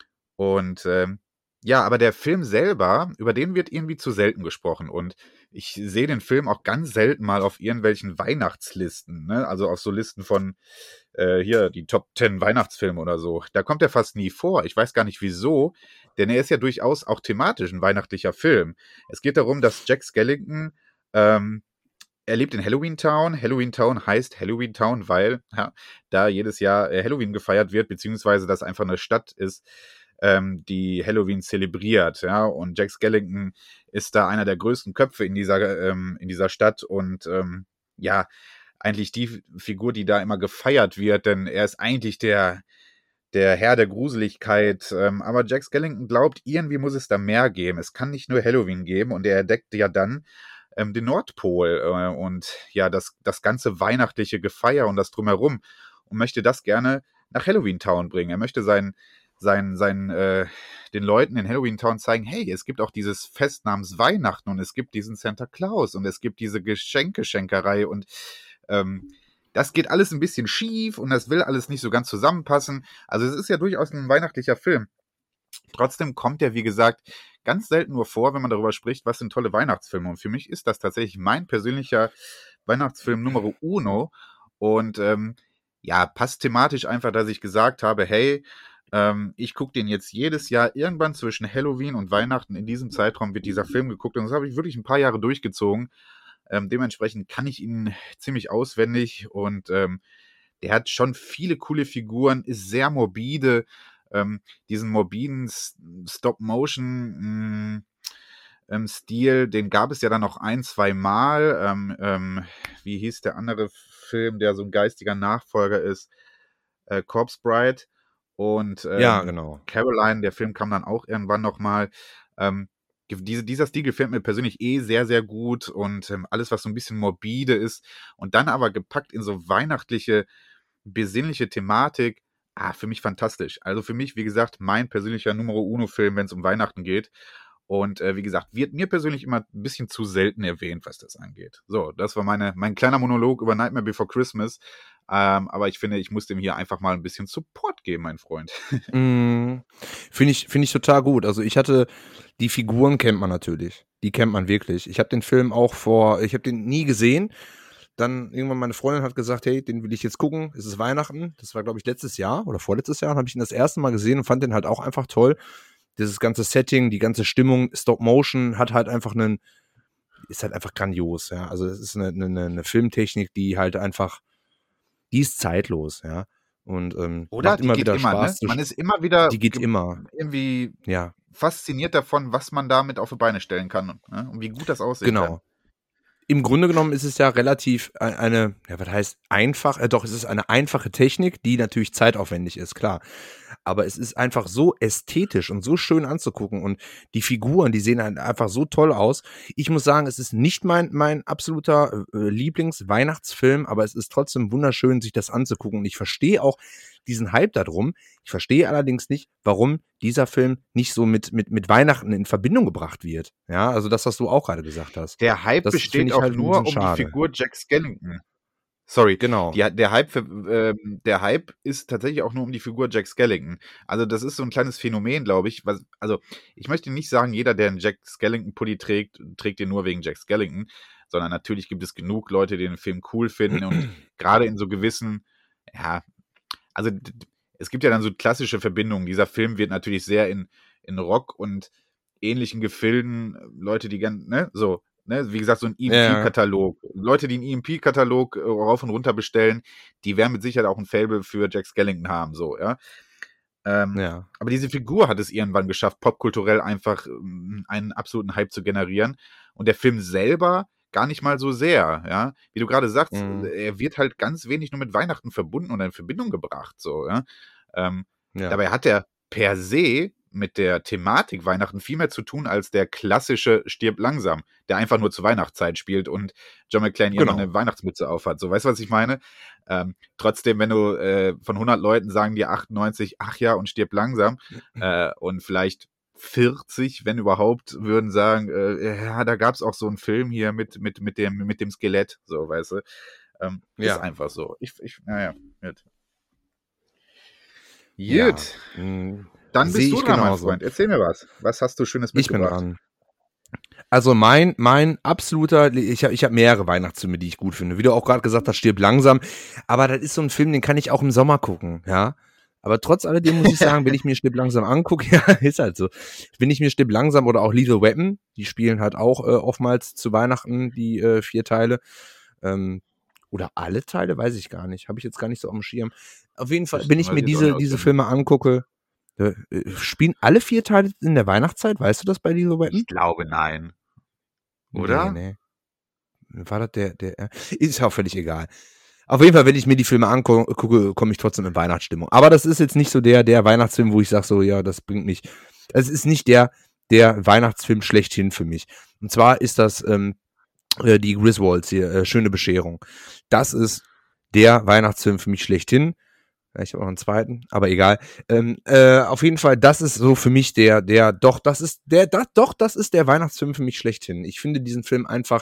S2: und ähm, ja, aber der Film selber, über den wird irgendwie zu selten gesprochen. Und ich sehe den Film auch ganz selten mal auf irgendwelchen Weihnachtslisten, ne? Also auf so Listen von äh, hier, die Top zehn Weihnachtsfilme oder so. Da kommt er fast nie vor. Ich weiß gar nicht wieso, denn er ist ja durchaus auch thematisch ein weihnachtlicher Film. Es geht darum, dass Jack Skellington, ähm, er lebt in Halloween Town. Halloween Town heißt Halloween Town, weil ja, da jedes Jahr äh, Halloween gefeiert wird, beziehungsweise das einfach eine Stadt ist, ähm, die Halloween zelebriert, ja, und Jack Skellington ist da einer der größten Köpfe in dieser, ähm, in dieser Stadt und ähm, ja, eigentlich die Figur, die da immer gefeiert wird, denn er ist eigentlich der, der Herr der Gruseligkeit, ähm, aber Jack Skellington glaubt, irgendwie muss es da mehr geben, es kann nicht nur Halloween geben und er entdeckt ja dann ähm, den Nordpol äh, und ja, das, das ganze weihnachtliche Gefeier und das Drumherum und möchte das gerne nach Halloween Town bringen. Er möchte seinen Sein, sein, äh, den Leuten in Halloween Town zeigen, hey, es gibt auch dieses Fest namens Weihnachten und es gibt diesen Santa Claus und es gibt diese Geschenkeschenkerei und ähm, das geht alles ein bisschen schief und das will alles nicht so ganz zusammenpassen. Also es ist ja durchaus ein weihnachtlicher Film. Trotzdem kommt er, wie gesagt, ganz selten nur vor, wenn man darüber spricht, was sind tolle Weihnachtsfilme. Und für mich ist das tatsächlich mein persönlicher Weihnachtsfilm Numero Uno. Und ähm, ja, passt thematisch einfach, dass ich gesagt habe, hey, ähm, ich gucke den jetzt jedes Jahr irgendwann zwischen Halloween und Weihnachten. In diesem Zeitraum wird dieser Film geguckt und das habe ich wirklich ein paar Jahre durchgezogen. Ähm, dementsprechend kann ich ihn ziemlich auswendig und ähm, der hat schon viele coole Figuren, ist sehr morbide. Ähm, diesen morbiden Stop-Motion ähm, Stil, den gab es ja dann noch ein, zwei Mal. Ähm, ähm, wie hieß der andere Film, der so ein geistiger Nachfolger ist? Äh, Corpse Bride. Und ähm,
S3: Ja, genau.
S2: Caroline, der Film kam dann auch irgendwann nochmal. Ähm, diese, dieser Stil gefällt mir persönlich eh sehr, sehr gut und ähm, alles, was so ein bisschen morbide ist und dann aber gepackt in so weihnachtliche, besinnliche Thematik, ah, für mich fantastisch. Also für mich, wie gesagt, mein persönlicher Numero Uno-Film, wenn es um Weihnachten geht. Und äh, wie gesagt, wird mir persönlich immer ein bisschen zu selten erwähnt, was das angeht. So, das war meine, mein kleiner Monolog über Nightmare Before Christmas. Ähm, aber ich finde, ich muss dem hier einfach mal ein bisschen Support geben, mein Freund.
S3: Mm, finde ich, finde ich total gut. Also ich hatte, die Figuren kennt man natürlich. Die kennt man wirklich. Ich habe den Film auch vor, ich habe den nie gesehen. Dann irgendwann meine Freundin hat gesagt, hey, den will ich jetzt gucken. Es ist Weihnachten. Das war, glaube ich, letztes Jahr oder vorletztes Jahr. Habe ich ihn das erste Mal gesehen und fand den halt auch einfach toll. Dieses ganze Setting, die ganze Stimmung, Stop Motion hat halt einfach einen, ist halt einfach grandios, ja. Also es ist eine, eine, eine Filmtechnik, die halt einfach, die ist zeitlos, ja. Und ähm,
S2: Oder
S3: macht
S2: die
S3: immer
S2: geht
S3: wieder
S2: immer,
S3: Spaß.
S2: ne?
S3: Zu
S2: Man ist immer wieder
S3: die geht
S2: ge-
S3: immer,
S2: irgendwie
S3: ja.
S2: fasziniert davon, was man damit auf die Beine stellen kann, ne? Und wie gut das aussehen kann.
S3: Genau. Im Grunde genommen ist es ja relativ ein- eine, ja, was heißt einfach, äh, doch, es ist eine einfache Technik, die natürlich zeitaufwendig ist, klar. aber es ist einfach so ästhetisch und so schön anzugucken und die Figuren, die sehen halt einfach so toll aus. Ich muss sagen, es ist nicht mein, mein absoluter äh, Lieblings-Weihnachtsfilm, aber es ist trotzdem wunderschön, sich das anzugucken und ich verstehe auch diesen Hype darum. Ich verstehe allerdings nicht, warum dieser Film nicht so mit, mit, mit Weihnachten in Verbindung gebracht wird. Ja, also das, was du auch gerade gesagt hast.
S2: Der Hype
S3: Das
S2: besteht
S3: finde ich
S2: auch
S3: halt ein
S2: nur
S3: bisschen
S2: um die
S3: schade.
S2: Figur Jack Skellington. Sorry,
S3: Genau.
S2: die, der, Hype für, ähm, der Hype ist tatsächlich auch nur um die Figur Jack Skellington. Also das ist so ein kleines Phänomen, glaube ich. Was, also ich möchte nicht sagen, jeder, der einen Jack Skellington-Pulli trägt, trägt den nur wegen Jack Skellington, sondern natürlich gibt es genug Leute, die den Film cool finden und gerade in so gewissen, ja, also d- d- es gibt ja dann so klassische Verbindungen. Dieser Film wird natürlich sehr in, in Rock und ähnlichen Gefilden, äh, Leute, die gern, ne, so, ne, wie gesagt, so ein E M
S3: Ja.
S2: P-Katalog. Leute, die einen E M P-Katalog äh, rauf und runter bestellen, die werden mit Sicherheit auch ein Faible für Jack Skellington haben, so, ja. Ähm,
S3: Ja.
S2: aber diese Figur hat es irgendwann geschafft, popkulturell einfach ähm, einen absoluten Hype zu generieren. Und der Film selber gar nicht mal so sehr, ja. Wie du gerade sagst,
S3: Mhm.
S2: äh, er wird halt ganz wenig nur mit Weihnachten verbunden oder in Verbindung gebracht, so, ja. Ähm,
S3: Ja.
S2: Dabei hat er per se mit der Thematik Weihnachten viel mehr zu tun als der klassische Stirb langsam, der einfach nur zur Weihnachtszeit spielt und John McClane irgendwann
S3: Genau.
S2: eine Weihnachtsmütze aufhat. So, weißt du, was ich meine? Ähm, trotzdem, wenn du äh, von hundert Leuten sagen dir achtundneunzig, ach ja, und Stirb langsam, äh, und vielleicht vierzig, wenn überhaupt, würden sagen, äh, ja, da gab es auch so einen Film hier mit, mit, mit, dem, mit dem Skelett, so, weißt du. Ähm,
S3: Ja.
S2: Ist einfach so. Ich, ich, naja, gut.
S3: Ja.
S2: Gut.
S3: Mhm.
S2: Dann
S3: Sehe
S2: bist du
S3: ich
S2: dran, mein
S3: genauso.
S2: Freund. Erzähl mir was. Was hast du Schönes
S3: Ich bin
S2: mitgebracht?
S3: dran. Also mein, mein absoluter, ich habe ich hab mehrere Weihnachtsfilme, die ich gut finde. Wie du auch gerade gesagt hast, Stirb langsam. Aber das ist so ein Film, den kann ich auch im Sommer gucken, ja. Aber trotz alledem muss ich sagen, wenn ich mir Stirb langsam angucke, ja, ist halt so. Wenn ich mir Stirb langsam oder auch Lethal Weapon, die spielen halt auch äh, oftmals zu Weihnachten die äh, vier Teile. Ähm, oder alle Teile, weiß ich gar nicht. Habe ich jetzt gar nicht so auf dem Schirm. Auf jeden Fall,
S2: Das
S3: wenn ich
S2: weiß
S3: mir
S2: ich jetzt auch
S3: diese,
S2: nicht
S3: diese
S2: auswendig.
S3: Filme angucke, äh, äh, spielen alle vier Teile in der Weihnachtszeit? Weißt du das bei Lethal Weapon?
S2: Ich glaube, nein. Oder?
S3: Nee, nee. War das der, der, äh, ist ja auch völlig egal. Auf jeden Fall, wenn ich mir die Filme angucke, komme ich trotzdem in Weihnachtsstimmung. Aber das ist jetzt nicht so der, der Weihnachtsfilm, wo ich sage so, ja, das bringt mich. Es ist nicht der, der Weihnachtsfilm schlechthin für mich. Und zwar ist das ähm, äh, die Griswolds hier, äh, Schöne Bescherung. Das ist der Weihnachtsfilm für mich schlechthin. Ja, ich habe auch einen zweiten, aber egal. Ähm, äh, auf jeden Fall, das ist so für mich der, der, doch, das ist der, das, doch, das ist der Weihnachtsfilm für mich schlechthin. Ich finde diesen Film einfach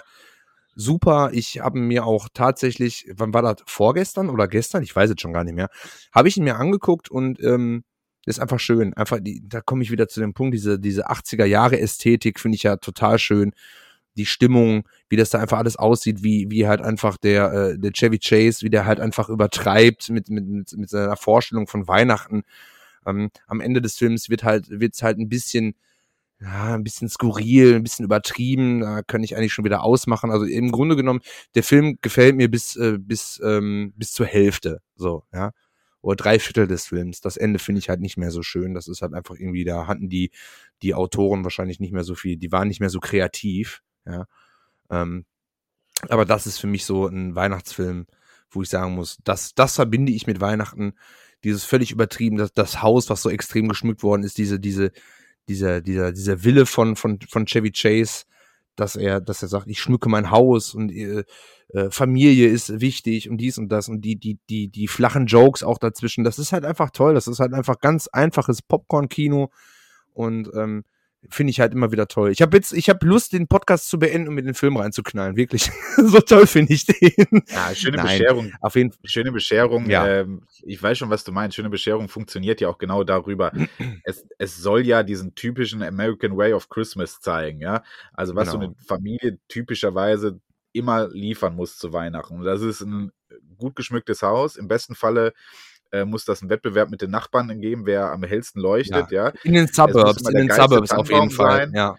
S3: super. Ich habe mir auch tatsächlich, wann war das? Vorgestern oder gestern? Ich weiß es schon gar nicht mehr. Habe ich ihn mir angeguckt und ähm, ist einfach schön. Einfach, die, da komme ich wieder zu dem Punkt, diese, diese achtziger-Jahre-Ästhetik finde ich ja total schön. Die Stimmung, wie das da einfach alles aussieht, wie, wie halt einfach der, äh, der Chevy Chase, wie der halt einfach übertreibt mit, mit, mit, mit seiner Vorstellung von Weihnachten. Ähm, am Ende des Films wird halt, wird's halt ein bisschen, ja, ein bisschen skurril, ein bisschen übertrieben, da kann ich eigentlich schon wieder ausmachen. Also im Grunde genommen, der Film gefällt mir bis, äh, bis, ähm, bis zur Hälfte, so, ja. Oder drei Viertel des Films. Das Ende finde ich halt nicht mehr so schön. Das ist halt einfach irgendwie, da hatten die, die Autoren wahrscheinlich nicht mehr so viel, die waren nicht mehr so kreativ, ja. Ähm, aber das ist für mich so ein Weihnachtsfilm, wo ich sagen muss, das, das verbinde ich mit Weihnachten. Dieses völlig übertrieben, das, das Haus, was so extrem geschmückt worden ist, diese, diese, dieser, dieser, dieser Wille von, von, von Chevy Chase, dass er, dass er sagt, ich schmücke mein Haus und äh, äh, Familie ist wichtig und dies und das und die, die, die, die flachen Jokes auch dazwischen. Das ist halt einfach toll. Das ist halt einfach ganz einfaches Popcorn-Kino und ähm, finde ich halt immer wieder toll. Ich habe jetzt, ich habe Lust, den Podcast zu beenden und mir den Film reinzuknallen. Wirklich. So toll finde ich den.
S2: Ja, schöne
S3: Nein,
S2: Bescherung.
S3: auf jeden Fall.
S2: Schöne Bescherung.
S3: Ja.
S2: Ähm, ich weiß schon, was du meinst. Schöne Bescherung funktioniert ja auch genau darüber. es, es soll ja diesen typischen American Way of Christmas zeigen, ja. Also was
S3: Genau.
S2: so eine Familie typischerweise immer liefern muss zu Weihnachten. Und das ist ein gut geschmücktes Haus. Im besten Falle äh, muss das einen Wettbewerb mit den Nachbarn geben, wer am hellsten leuchtet, ja.
S3: In den
S2: Es muss
S3: Suburbs,
S2: immer
S3: in
S2: der
S3: den
S2: geilste
S3: Suburbs auf jeden
S2: Tannenbaum
S3: Fall.
S2: sein.
S3: Ja.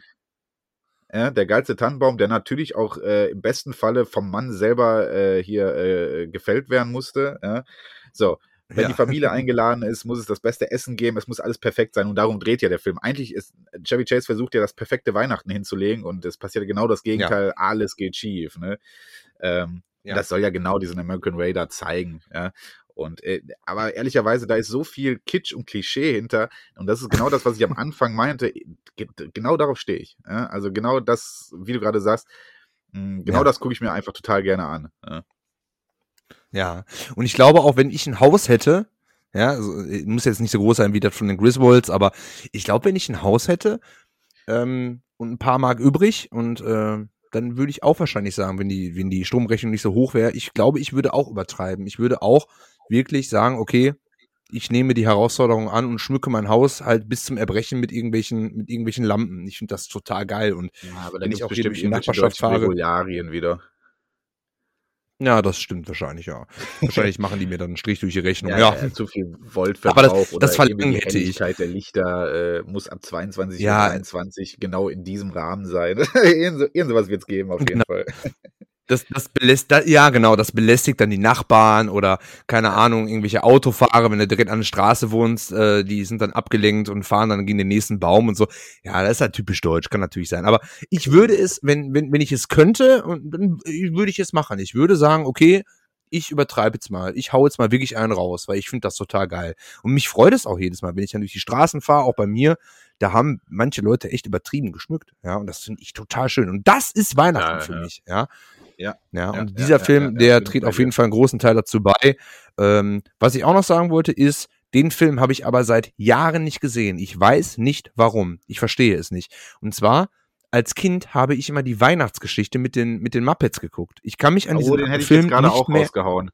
S2: Ja, der geilste Tannenbaum, der natürlich auch äh, im besten Falle vom Mann selber äh, hier äh, gefällt werden musste. Ja. So, wenn
S3: Ja.
S2: die Familie eingeladen ist, muss es das beste Essen geben, es muss alles perfekt sein und darum dreht ja der Film. Eigentlich ist, Chevy Chase versucht ja das perfekte Weihnachten hinzulegen und es passiert genau das Gegenteil, alles geht schief. Ne? Ähm,
S3: Ja.
S2: Das soll ja genau diesen American Way da zeigen. Ja? Und äh, aber ehrlicherweise, da ist so viel Kitsch und Klischee hinter. Und das ist genau das, was ich am Anfang meinte. Ge- Genau darauf stehe ich. Ja? Also genau das, wie du gerade sagst, mh, genau
S3: Ja.
S2: das gucke ich mir einfach total gerne an. Ja.
S3: Ja, und ich glaube auch, wenn ich ein Haus hätte, ja, also, äh, muss jetzt nicht so groß sein wie das von den Griswolds, aber ich glaube, wenn ich ein Haus hätte ähm, und ein paar Mark übrig und äh, dann würde ich auch wahrscheinlich sagen, wenn die, wenn die Stromrechnung nicht so hoch wäre, ich glaube, ich würde auch übertreiben. Ich würde auch wirklich sagen, okay, ich nehme die Herausforderung an und schmücke mein Haus halt bis zum Erbrechen mit irgendwelchen, mit irgendwelchen Lampen. Ich finde das total geil. Und
S2: Ja, aber da
S3: wenn
S2: gibt
S3: ich
S2: es
S3: auch hier
S2: bestimmt
S3: durch die
S2: irgendwelche
S3: Nachbarschaft
S2: deutschen
S3: fahre,
S2: Regularien wieder.
S3: ja, das stimmt wahrscheinlich, ja. Wahrscheinlich machen die mir dann einen Strich durch die Rechnung,
S2: Ja,
S3: ja.
S2: ja, zu viel
S3: Aber
S2: Voltverbrauch
S3: das,
S2: oder
S3: das
S2: irgendwie
S3: Verlangen
S2: die
S3: hätte ich.
S2: Helligkeit der Lichter äh, muss ab zweiundzwanzig Uhr
S3: Ja,
S2: dreiundzwanzig genau in diesem Rahmen sein. Irgend so, irgend sowas wird es geben, auf jeden
S3: genau.
S2: Fall.
S3: Das, das belästigt, ja, genau, das belästigt dann die Nachbarn oder, keine
S2: Ja.
S3: Ahnung, irgendwelche Autofahrer, wenn du direkt an der Straße wohnst, äh, die sind dann abgelenkt und fahren dann gegen den nächsten Baum und so. Ja, das ist halt typisch deutsch, kann natürlich sein. Aber ich würde es, wenn, wenn, wenn ich es könnte, und dann würde ich es machen. Ich würde sagen, okay, ich übertreibe jetzt mal. Ich hau jetzt mal wirklich einen raus, weil ich finde das total geil. Und mich freut es auch jedes Mal, wenn ich dann durch die Straßen fahre, auch bei mir, da haben manche Leute echt übertrieben geschmückt. Ja, und das finde ich total schön. Und das ist Weihnachten
S2: Ja,
S3: für
S2: ja.
S3: mich, ja.
S2: Ja,
S3: Ja,
S2: ja,
S3: und
S2: ja,
S3: dieser
S2: ja,
S3: Film,
S2: ja, ja,
S3: der
S2: bin ich
S3: trägt
S2: bei
S3: auf jeden
S2: dir.
S3: Fall einen großen Teil dazu bei. Ähm, was ich auch noch sagen wollte, ist, den Film habe ich aber seit Jahren nicht gesehen. Ich weiß nicht warum. Ich verstehe es nicht. Und zwar, als Kind habe ich immer die Weihnachtsgeschichte mit den, mit den Muppets geguckt. Ich kann mich an
S2: Oh,
S3: diesen
S2: den hätte ich jetzt
S3: Film
S2: gerade
S3: nicht
S2: auch
S3: mehr.
S2: rausgehauen.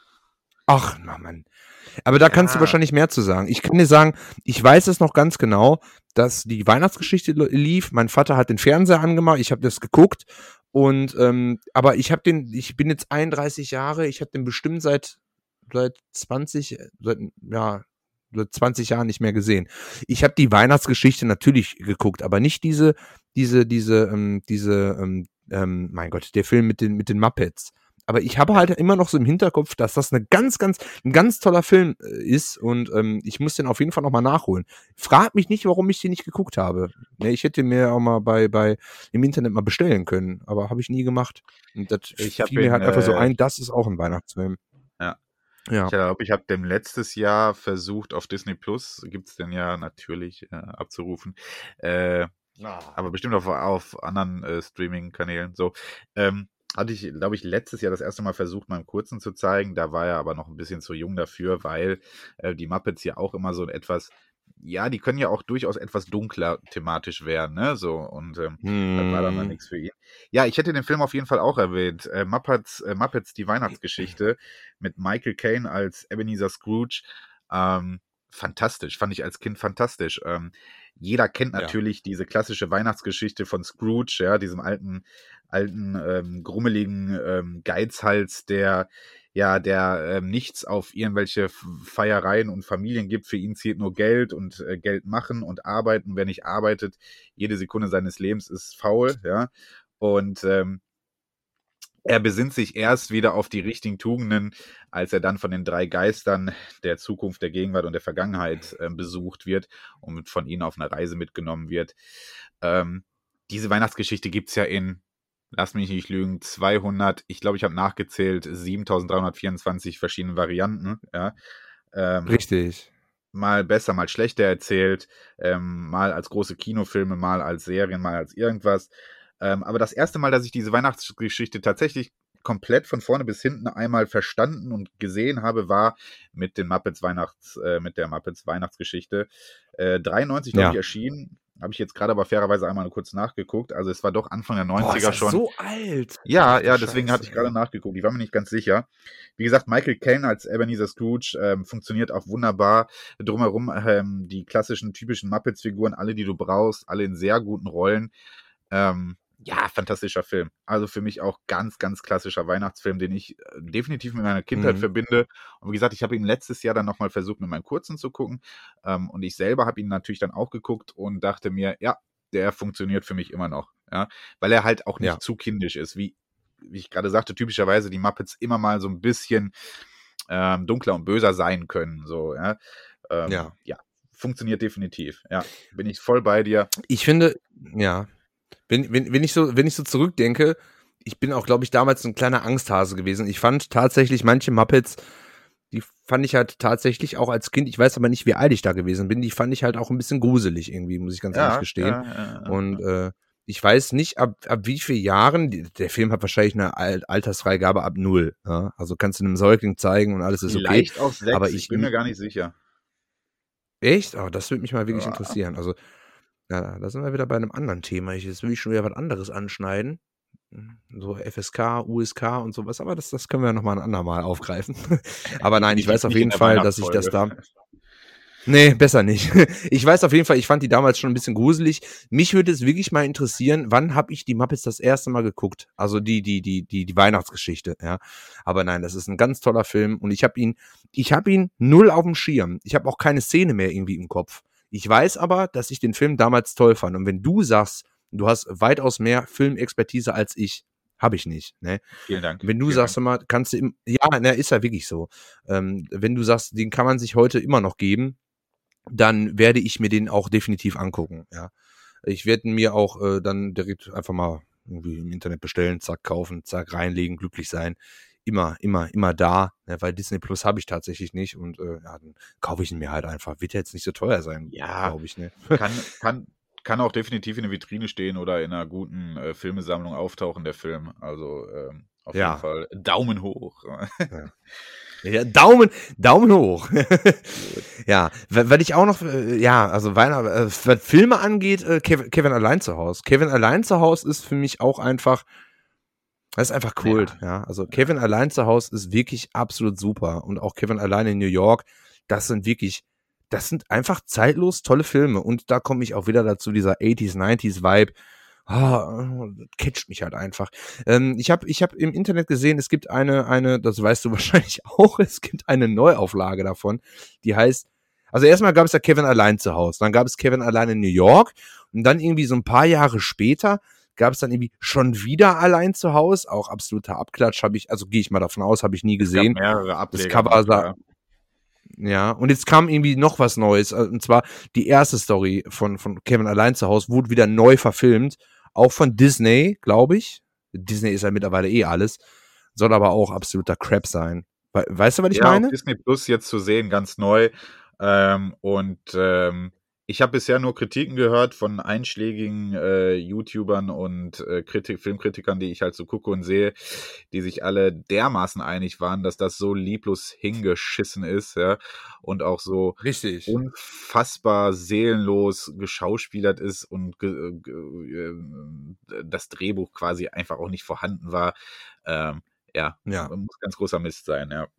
S3: Ach, na Mann. Aber da kannst du
S2: Ja,
S3: wahrscheinlich mehr zu sagen. Ich kann dir sagen, ich weiß es noch ganz genau, dass die Weihnachtsgeschichte lo- lief. Mein Vater hat den Fernseher angemacht, ich habe das geguckt. Und ähm, aber ich habe den, ich bin jetzt einunddreißig Jahre, ich habe den bestimmt seit seit zwanzig, äh, seit, ja, seit zwanzig Jahren nicht mehr gesehen. Ich habe die Weihnachtsgeschichte natürlich geguckt, aber nicht diese, diese, diese, ähm, diese, ähm, ähm, mein Gott, der Film mit den mit den Muppets. Aber ich habe
S2: ja.
S3: halt immer noch so im Hinterkopf, dass das eine ganz, ganz, ein ganz toller Film äh, ist und ähm, ich muss den auf jeden Fall nochmal nachholen. Frag mich nicht, warum ich den nicht geguckt habe. Ne, ich hätte mir auch mal bei, bei im Internet mal bestellen können, aber habe ich nie gemacht. Und das
S2: Ich
S3: fiel
S2: habe
S3: mir
S2: ihn,
S3: halt einfach so
S2: äh,
S3: ein, das ist auch ein Weihnachtsfilm.
S2: ja.
S3: Ja.
S2: Ich glaube, ich habe den letztes Jahr versucht, auf Disney Plus, gibt es den ja natürlich äh, abzurufen, äh, aber bestimmt auf, auf anderen äh, Streaming-Kanälen. So, ähm, hatte ich, glaube ich, letztes Jahr das erste Mal versucht, mal im Kurzen zu zeigen. Da war er aber noch ein bisschen zu jung dafür, weil äh, die Muppets ja auch immer so etwas, ja, die können ja auch durchaus etwas dunkler thematisch werden, ne? So, und ähm, das war dann mal
S3: Hm.
S2: nichts für ihn. Ja, ich hätte den Film auf jeden Fall auch erwähnt. Äh, Muppets, äh, Muppets, die Weihnachtsgeschichte mit Michael Caine als Ebenezer Scrooge. Ähm, fantastisch, fand ich als Kind fantastisch. Ähm, jeder kennt
S3: Ja.
S2: natürlich diese klassische Weihnachtsgeschichte von Scrooge, ja, diesem alten, alten, ähm, grummeligen ähm, Geizhals, der ja, der ähm, nichts auf irgendwelche F- Feiereien und Familien gibt. Für ihn zählt nur Geld und äh, Geld machen und arbeiten. Wer nicht arbeitet, jede Sekunde seines Lebens ist faul, ja. Und ähm, er besinnt sich erst wieder auf die richtigen Tugenden, als er dann von den drei Geistern der Zukunft, der Gegenwart und der Vergangenheit ähm, besucht wird und von ihnen auf eine Reise mitgenommen wird. Ähm, diese Weihnachtsgeschichte gibt's ja in, lass mich nicht lügen, zweihundert, ich glaube, ich habe nachgezählt, siebentausenddreihundertvierundzwanzig verschiedene Varianten. Ja. Ähm,
S3: Richtig.
S2: mal besser, mal schlechter erzählt, ähm, mal als große Kinofilme, mal als Serien, mal als irgendwas. Ähm, aber das erste Mal, dass ich diese Weihnachtsgeschichte tatsächlich komplett von vorne bis hinten einmal verstanden und gesehen habe, war mit den Muppets Weihnachts, äh, mit der Muppets Weihnachtsgeschichte. Äh, dreiundneunzig, glaube ich,
S3: Ja.
S2: erschienen. Habe ich jetzt gerade aber fairerweise einmal kurz nachgeguckt. Also es war doch Anfang der
S3: Boah, ist
S2: neunziger
S3: das
S2: schon.
S3: so alt?
S2: Ja,
S3: Ach du
S2: ja, deswegen hatte
S3: Scheiße,
S2: ich gerade
S3: ey.
S2: nachgeguckt. Ich war mir nicht ganz sicher. Wie gesagt, Michael Caine als Ebenezer Scrooge ähm, funktioniert auch wunderbar. Drumherum ähm, die klassischen, typischen Muppets-Figuren, alle, die du brauchst, alle in sehr guten Rollen. Ähm, ja, fantastischer Film. Also für mich auch ganz, ganz klassischer Weihnachtsfilm, den ich äh, definitiv mit meiner Kindheit
S3: Mhm.
S2: verbinde. Und wie gesagt, ich habe ihn letztes Jahr dann nochmal versucht, mit meinem Kurzen zu gucken. Ähm, und ich selber habe ihn natürlich dann auch geguckt und dachte mir, ja, der funktioniert für mich immer noch. Ja, weil er halt auch nicht
S3: Ja.
S2: zu kindisch ist, wie, wie ich gerade sagte, typischerweise die Muppets immer mal so ein bisschen ähm, dunkler und böser sein können. So, ja. Ähm,
S3: Ja.
S2: ja, funktioniert definitiv. Ja, bin ich voll bei dir.
S3: Ich finde, ja, wenn, wenn, wenn ich so, wenn ich so zurückdenke, ich bin auch, glaube ich, damals ein kleiner Angsthase gewesen. Ich fand tatsächlich manche Muppets die fand ich halt tatsächlich auch als Kind, ich weiß aber nicht, wie alt ich da gewesen bin, die fand ich halt auch ein bisschen gruselig irgendwie, muss ich ganz ehrlich
S2: Ja,
S3: gestehen.
S2: ja, ja, ja,
S3: Und
S2: ja.
S3: äh, ich weiß nicht, ab, ab wie vielen Jahren, die, der Film hat wahrscheinlich eine Al- Altersfreigabe ab null. Ja? Also kannst du einem Säugling zeigen und alles ist okay.
S2: Vielleicht auch sechs,
S3: Aber
S2: ich
S3: ich,
S2: bin mir gar nicht sicher.
S3: echt? Oh, das würde mich mal wirklich
S2: Ja.
S3: interessieren. Also, ja, da sind wir wieder bei einem anderen Thema. Ich, jetzt will ich schon wieder was anderes anschneiden. So F S K, U S K und sowas, aber das, das können wir nochmal ein andermal aufgreifen. Aber nein, ich weiß auf
S2: Definitiv nicht in
S3: jeden
S2: der
S3: Fall, dass ich das
S2: Weihnachtsfolge.
S3: da. Nee, besser nicht. Ich weiß auf jeden Fall, ich fand die damals schon ein bisschen gruselig. Mich würde es wirklich mal interessieren, wann habe ich die Muppets das erste Mal geguckt? Also die, die, die, die, die Weihnachtsgeschichte, ja. Aber nein, das ist ein ganz toller Film und ich habe ihn, ich habe ihn null auf dem Schirm. Ich habe auch keine Szene mehr irgendwie im Kopf. Ich weiß aber, dass ich den Film damals toll fand. Und wenn du sagst, du hast weitaus mehr Filmexpertise als ich, habe ich nicht, ne?
S2: Vielen Dank.
S3: Wenn du
S2: Vielen
S3: sagst
S2: Dank.
S3: immer, kannst du, im, ja, na, ist ja wirklich so. Ähm, wenn du sagst, den kann man sich heute immer noch geben, dann werde ich mir den auch definitiv angucken, ja. Ich werde mir auch äh, dann direkt einfach mal irgendwie im Internet bestellen, zack, kaufen, zack, reinlegen, glücklich sein. Immer, immer, immer da, ne, weil Disney Plus habe ich tatsächlich nicht und äh, ja, dann kaufe ich ihn mir halt einfach. Wird ja jetzt nicht so teuer sein,
S2: Ja,
S3: glaube ich, ne?
S2: kann, kann, kann auch definitiv in der Vitrine stehen oder in einer guten äh, Filmesammlung auftauchen, der Film. Also ähm, auf
S3: Ja.
S2: jeden Fall Daumen hoch.
S3: Ja. Ja, Daumen, Daumen hoch. Ja, wa- was ich auch noch, äh, ja, also Weihnachten, äh, was Filme angeht, äh, Kevin, Kevin allein zu Hause. Kevin allein zu Hause ist für mich auch einfach, das ist einfach Kult, ja. Also Kevin allein zu Hause ist wirklich absolut super. Und auch Kevin allein in New York, das sind wirklich, das sind einfach zeitlos tolle Filme. Und da komme ich auch wieder dazu, dieser achtziger, neunziger Vibe. Ah, das catcht mich halt einfach. Ähm, ich habe ich hab im Internet gesehen, es gibt eine, eine, das weißt du wahrscheinlich auch, es gibt eine Neuauflage davon, die heißt, also erstmal gab es ja Kevin allein zu Hause, dann gab es Kevin allein in New York und dann irgendwie so ein paar Jahre später gab es dann irgendwie schon wieder allein zu Hause, auch absoluter Abklatsch, habe ich, also gehe ich mal davon aus, habe ich nie
S2: Es gab
S3: gesehen.
S2: mehrere Ableger.
S3: Das Cover
S2: noch,
S3: sah,
S2: ja.
S3: ja, und jetzt kam irgendwie noch was Neues. Und zwar die erste Story von, von Kevin allein zu Hause wurde wieder neu verfilmt. Auch von Disney, glaube ich. Disney ist ja mittlerweile eh alles. Soll aber auch absoluter Crap sein. We- Weißt du, was ich
S2: Ja, auf
S3: meine?
S2: Disney Plus jetzt zu sehen, ganz neu. Ähm, und ähm, ich habe bisher nur Kritiken gehört von einschlägigen äh, YouTubern und äh, Kritik, Filmkritikern, die ich halt so gucke und sehe, die sich alle dermaßen einig waren, dass das so lieblos hingeschissen ist, ja, und auch so
S3: Richtig.
S2: unfassbar seelenlos geschauspielert ist und ge ge äh, das Drehbuch quasi einfach auch nicht vorhanden war. Ähm, ja,
S3: Ja.
S2: muss ganz großer Mist sein, ja.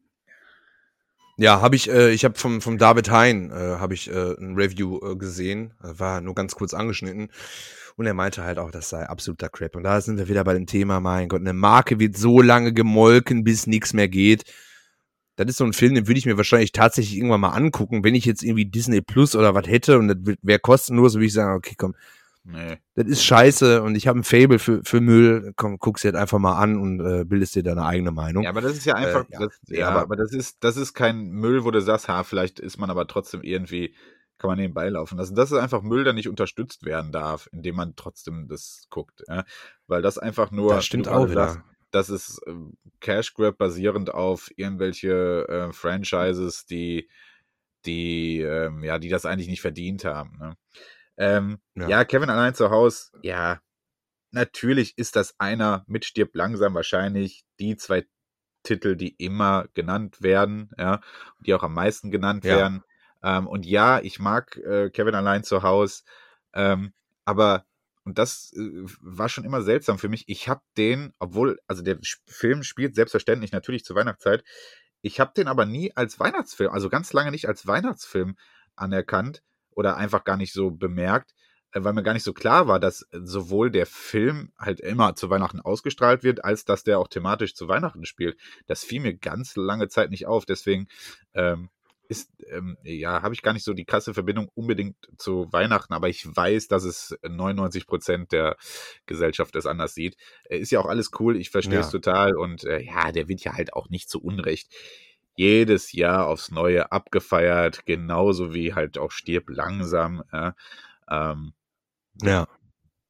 S3: Ja, habe ich, äh, ich habe vom, vom David Hein, äh, habe ich äh, ein Review äh, gesehen, äh, war nur ganz kurz angeschnitten und er meinte halt auch, das sei absoluter Crap. Und da sind wir wieder bei dem Thema, mein Gott, eine Marke wird so lange gemolken, bis nichts mehr geht. Das ist so ein Film, den würde ich mir wahrscheinlich tatsächlich irgendwann mal angucken, wenn ich jetzt irgendwie Disney Plus oder was hätte und das wäre kostenlos, würde ich sagen, okay, komm,
S2: Nee.
S3: das ist scheiße und ich habe ein Faible für, für Müll, komm, guck's dir das einfach mal an und äh, bildest dir deine eigene Meinung.
S2: Ja, aber das ist ja einfach,
S3: Äh, ja,
S2: das,
S3: nee,
S2: ja,
S3: aber-
S2: aber das ist, das ist kein Müll, wo du sagst, ha, vielleicht ist man aber trotzdem irgendwie, kann man nebenbei laufen lassen. Das ist einfach Müll, der nicht unterstützt werden darf, indem man trotzdem das guckt. Ja? Weil das einfach nur,
S3: Das stimmt
S2: wie du gerade
S3: auch wieder.
S2: sagst, das ist äh, Cash Grab basierend auf irgendwelche äh, Franchises, die, die, ähm, ja, die das eigentlich nicht verdient haben. Ne? Ähm,
S3: Ja.
S2: ja, Kevin allein zu Hause, ja, natürlich ist das einer mit Stirb langsam wahrscheinlich die zwei Titel, die immer genannt werden, ja, die auch am meisten genannt
S3: Ja.
S2: werden. Ähm, und ja, ich mag äh, Kevin allein zu Hause, ähm, aber und das äh, war schon immer seltsam für mich. Ich habe den, obwohl, also der Sch- Film spielt selbstverständlich natürlich zur Weihnachtszeit, ich habe den aber nie als Weihnachtsfilm, also ganz lange nicht als Weihnachtsfilm anerkannt oder einfach gar nicht so bemerkt, äh, weil mir gar nicht so klar war, dass äh, sowohl der Film halt immer zu Weihnachten ausgestrahlt wird, als dass der auch thematisch zu Weihnachten spielt. Das fiel mir ganz lange Zeit nicht auf. Deswegen ähm, ist, ähm, ja, habe ich gar nicht so die krasse Verbindung unbedingt zu Weihnachten, aber ich weiß, dass es neunundneunzig Prozent der Gesellschaft das anders sieht. Äh, ist ja auch alles cool, ich verstehe es
S3: Ja.
S2: total und äh, ja, der wird ja halt auch nicht zu Unrecht jedes Jahr aufs Neue abgefeiert, genauso wie halt auch Stirb langsam. Ja. Ähm,
S3: Ja.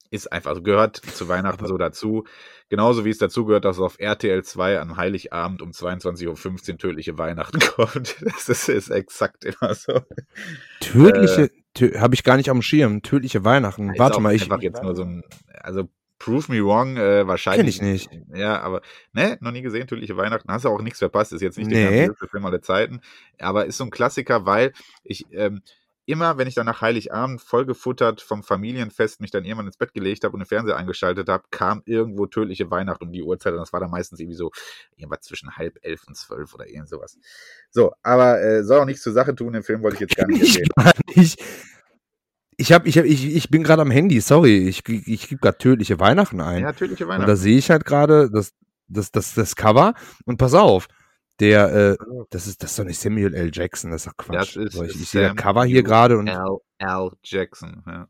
S2: Ist einfach, also gehört zu Weihnachten
S3: Aber
S2: so dazu. Genauso wie es dazu gehört, dass auf R T L zwei an Heiligabend um zweiundzwanzig Uhr fünfzehn tödliche Weihnachten kommt. Das ist, ist exakt immer so. Äh,
S3: tödliche, tö habe ich gar nicht am Schirm. Tödliche Weihnachten.
S2: ist
S3: Warte
S2: auch
S3: mal, ich
S2: einfach jetzt nur so ein, also prove me wrong, äh,
S3: kenne
S2: wahrscheinlich,
S3: ich nicht.
S2: ja, aber, ne, noch nie gesehen, tödliche Weihnachten, hast du auch nichts verpasst, ist jetzt nicht der
S3: Nee.
S2: grandioseste Film aller Zeiten, aber ist so ein Klassiker, weil ich, ähm, immer, wenn ich dann nach Heiligabend vollgefuttert vom Familienfest mich dann irgendwann ins Bett gelegt habe und den Fernseher eingeschaltet habe, kam irgendwo tödliche Weihnacht um die Uhrzeit und das war dann meistens irgendwie so irgendwas zwischen halb elf und zwölf oder irgend sowas. So, aber äh, soll auch nichts zur Sache tun, den Film wollte ich jetzt gar nicht
S3: Ich
S2: erzählen.
S3: gar nicht. Ich, hab, ich, hab, ich, ich bin gerade am Handy, sorry. Ich, ich gebe gerade tödliche Weihnachten ein.
S2: Ja, tödliche
S3: Und da
S2: Weihnachten.
S3: sehe ich halt gerade das, das, das, das Cover. Und pass auf, der, äh, das ist, das ist doch nicht Samuel L. Jackson, das ist doch
S2: Das
S3: Quatsch.
S2: ist
S3: So, ich ich sehe das Cover hier
S2: Samuel
S3: gerade und
S2: L. L. Jackson, ja.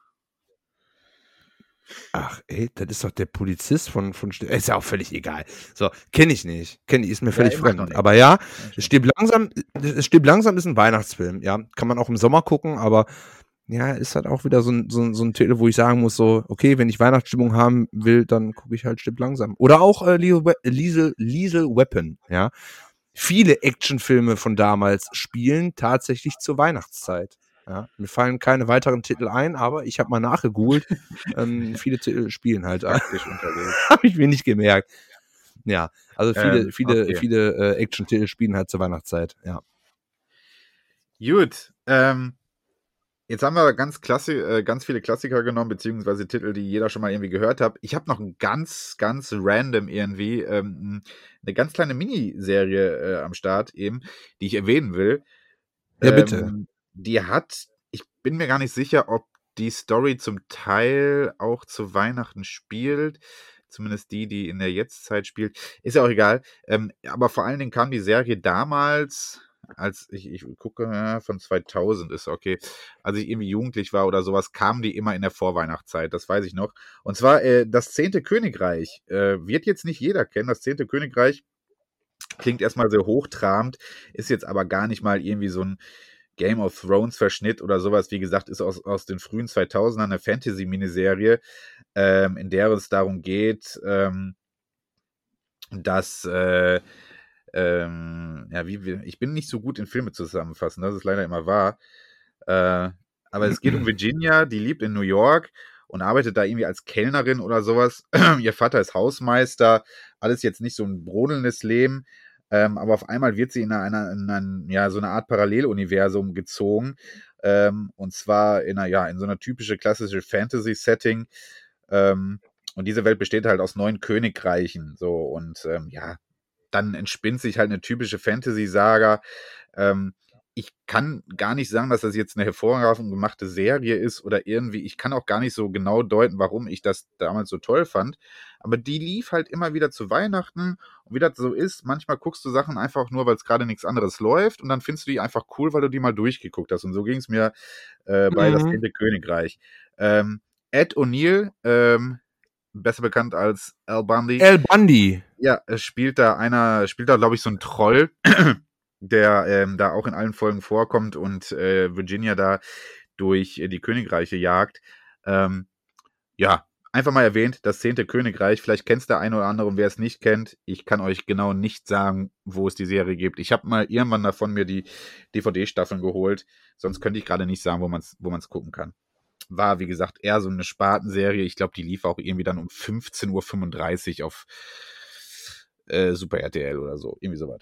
S3: ach, ey, das ist doch der Polizist von, von Sti- ist ja auch völlig egal. So, kenne ich nicht. Kenne ich, ist mir
S2: Ja,
S3: völlig
S2: macht doch
S3: fremd.
S2: nichts.
S3: Aber ja,
S2: Ja,
S3: es
S2: schon.
S3: stirbt langsam, es stirbt langsam ist ein Weihnachtsfilm, ja. Kann man auch im Sommer gucken, aber ja, ist halt auch wieder so ein, so ein, so ein Titel, wo ich sagen muss, so, okay, wenn ich Weihnachtsstimmung haben will, dann gucke ich halt stirbt langsam. Oder auch äh, Lethal, We- Lethal, Lethal Weapon, ja. Viele Actionfilme von damals spielen tatsächlich zur Weihnachtszeit. Ja, mir fallen keine weiteren Titel ein, aber ich habe mal nachgegoogelt. ähm, viele Titel spielen halt. Habe
S2: Praktisch unterwegs.
S3: ich mir nicht gemerkt. Ja, also viele,
S2: Ähm,
S3: viele,
S2: okay.
S3: viele äh, Action-Titel spielen halt zur Weihnachtszeit. Ja.
S2: Gut, ähm, jetzt haben wir ganz, Klassi äh, ganz viele Klassiker genommen, beziehungsweise Titel, die jeder schon mal irgendwie gehört hat. Ich habe noch ein ganz, ganz random irgendwie, ähm, eine ganz kleine Miniserie äh, am Start eben, die ich erwähnen will.
S3: Ja, bitte.
S2: Ähm, die hat, ich bin mir gar nicht sicher, ob die Story zum Teil auch zu Weihnachten spielt. Zumindest die, die in der Jetztzeit spielt. Ist ja auch egal. Ähm, aber vor allen Dingen kam die Serie damals, als ich, ich gucke, ja, von zweitausend ist okay, als ich irgendwie jugendlich war oder sowas, kam die immer in der Vorweihnachtszeit, das weiß ich noch. Und zwar äh, das Zehnte Königreich. Äh, wird jetzt nicht jeder kennen, das Zehnte Königreich klingt erstmal sehr hochtrabend, ist jetzt aber gar nicht mal irgendwie so ein Game of Thrones Verschnitt oder sowas. Wie gesagt, ist aus, aus den frühen zweitausendern eine Fantasy-Miniserie, ähm, in der es darum geht, ähm, dass äh, ähm, ja, wie wir, ich bin nicht so gut in Filme zusammenfassen, das ist leider immer wahr. Äh, aber es geht um Virginia, die lebt in New York und arbeitet da irgendwie als Kellnerin oder sowas. Ihr Vater ist Hausmeister, alles jetzt nicht so ein brodelndes Leben. Ähm, aber auf einmal wird sie in, einer, in ein, ja, so eine Art Paralleluniversum gezogen. Ähm, und zwar in einer, ja, in so einer typische klassische Fantasy-Setting. Ähm, und diese Welt besteht halt aus neun Königreichen. So, und ähm, ja, dann entspinnt sich halt eine typische Fantasy-Saga. Ähm, ich kann gar nicht sagen, dass das jetzt eine hervorragend gemachte Serie ist oder irgendwie, ich kann auch gar nicht so genau deuten, warum ich das damals so toll fand. Aber die lief halt immer wieder zu Weihnachten und wie das so ist, manchmal guckst du Sachen einfach nur, weil es gerade nichts anderes läuft und dann findest du die einfach cool, weil du die mal durchgeguckt hast. Und so ging es mir äh, bei Das
S3: Mhm.
S2: Zehnte Königreich. Ähm, Ed O'Neill, ähm, besser bekannt als Al Bundy,
S3: Al Bundy.
S2: ja, es spielt da einer, spielt da, glaube ich, so ein Troll, der ähm, da auch in allen Folgen vorkommt und äh, Virginia da durch äh, die Königreiche jagt. Ähm, ja, einfach mal erwähnt, das Zehnte Königreich. Vielleicht kennt es der eine oder andere und wer es nicht kennt, ich kann euch genau nicht sagen, wo es die Serie gibt. Ich habe mal irgendwann davon mir die D V D-Staffeln geholt, sonst könnte ich gerade nicht sagen, wo man es wo man's gucken kann. War, wie gesagt, eher so eine Spartenserie. Ich glaube, die lief auch irgendwie dann um fünfzehn Uhr fünfunddreißig auf äh, Super R T L oder so. Irgendwie sowas.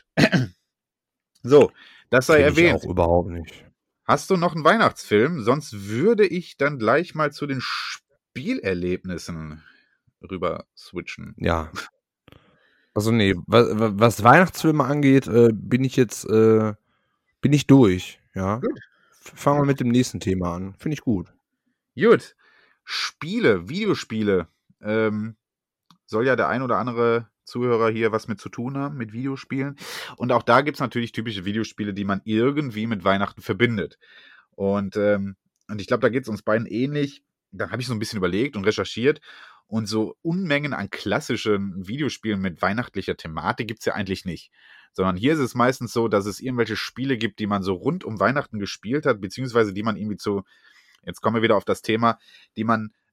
S2: So, das sei
S3: Kenn ich
S2: erwähnt.
S3: auch überhaupt nicht.
S2: Hast du noch einen Weihnachtsfilm? Sonst würde ich dann gleich mal zu den Spielerlebnissen rüber switchen.
S3: Ja. Also nee, was, was Weihnachtsfilme angeht, äh, bin ich jetzt, äh, bin ich durch, ja.
S2: Gut.
S3: Fangen wir mit dem nächsten Thema an. Finde ich gut.
S2: Gut. Spiele, Videospiele. Ähm, soll ja der ein oder andere Zuhörer hier was mit zu tun haben, mit Videospielen. Und auch da gibt es natürlich typische Videospiele, die man irgendwie mit Weihnachten verbindet. Und, ähm, und ich glaube, da geht es uns beiden ähnlich. Da habe ich so ein bisschen überlegt und recherchiert. Und so Unmengen an klassischen Videospielen mit weihnachtlicher Thematik gibt es ja eigentlich nicht. Sondern hier ist es meistens so, dass es irgendwelche Spiele gibt, die man so rund um Weihnachten gespielt hat, beziehungsweise die man irgendwie zu, jetzt kommen wir wieder auf das Thema, die man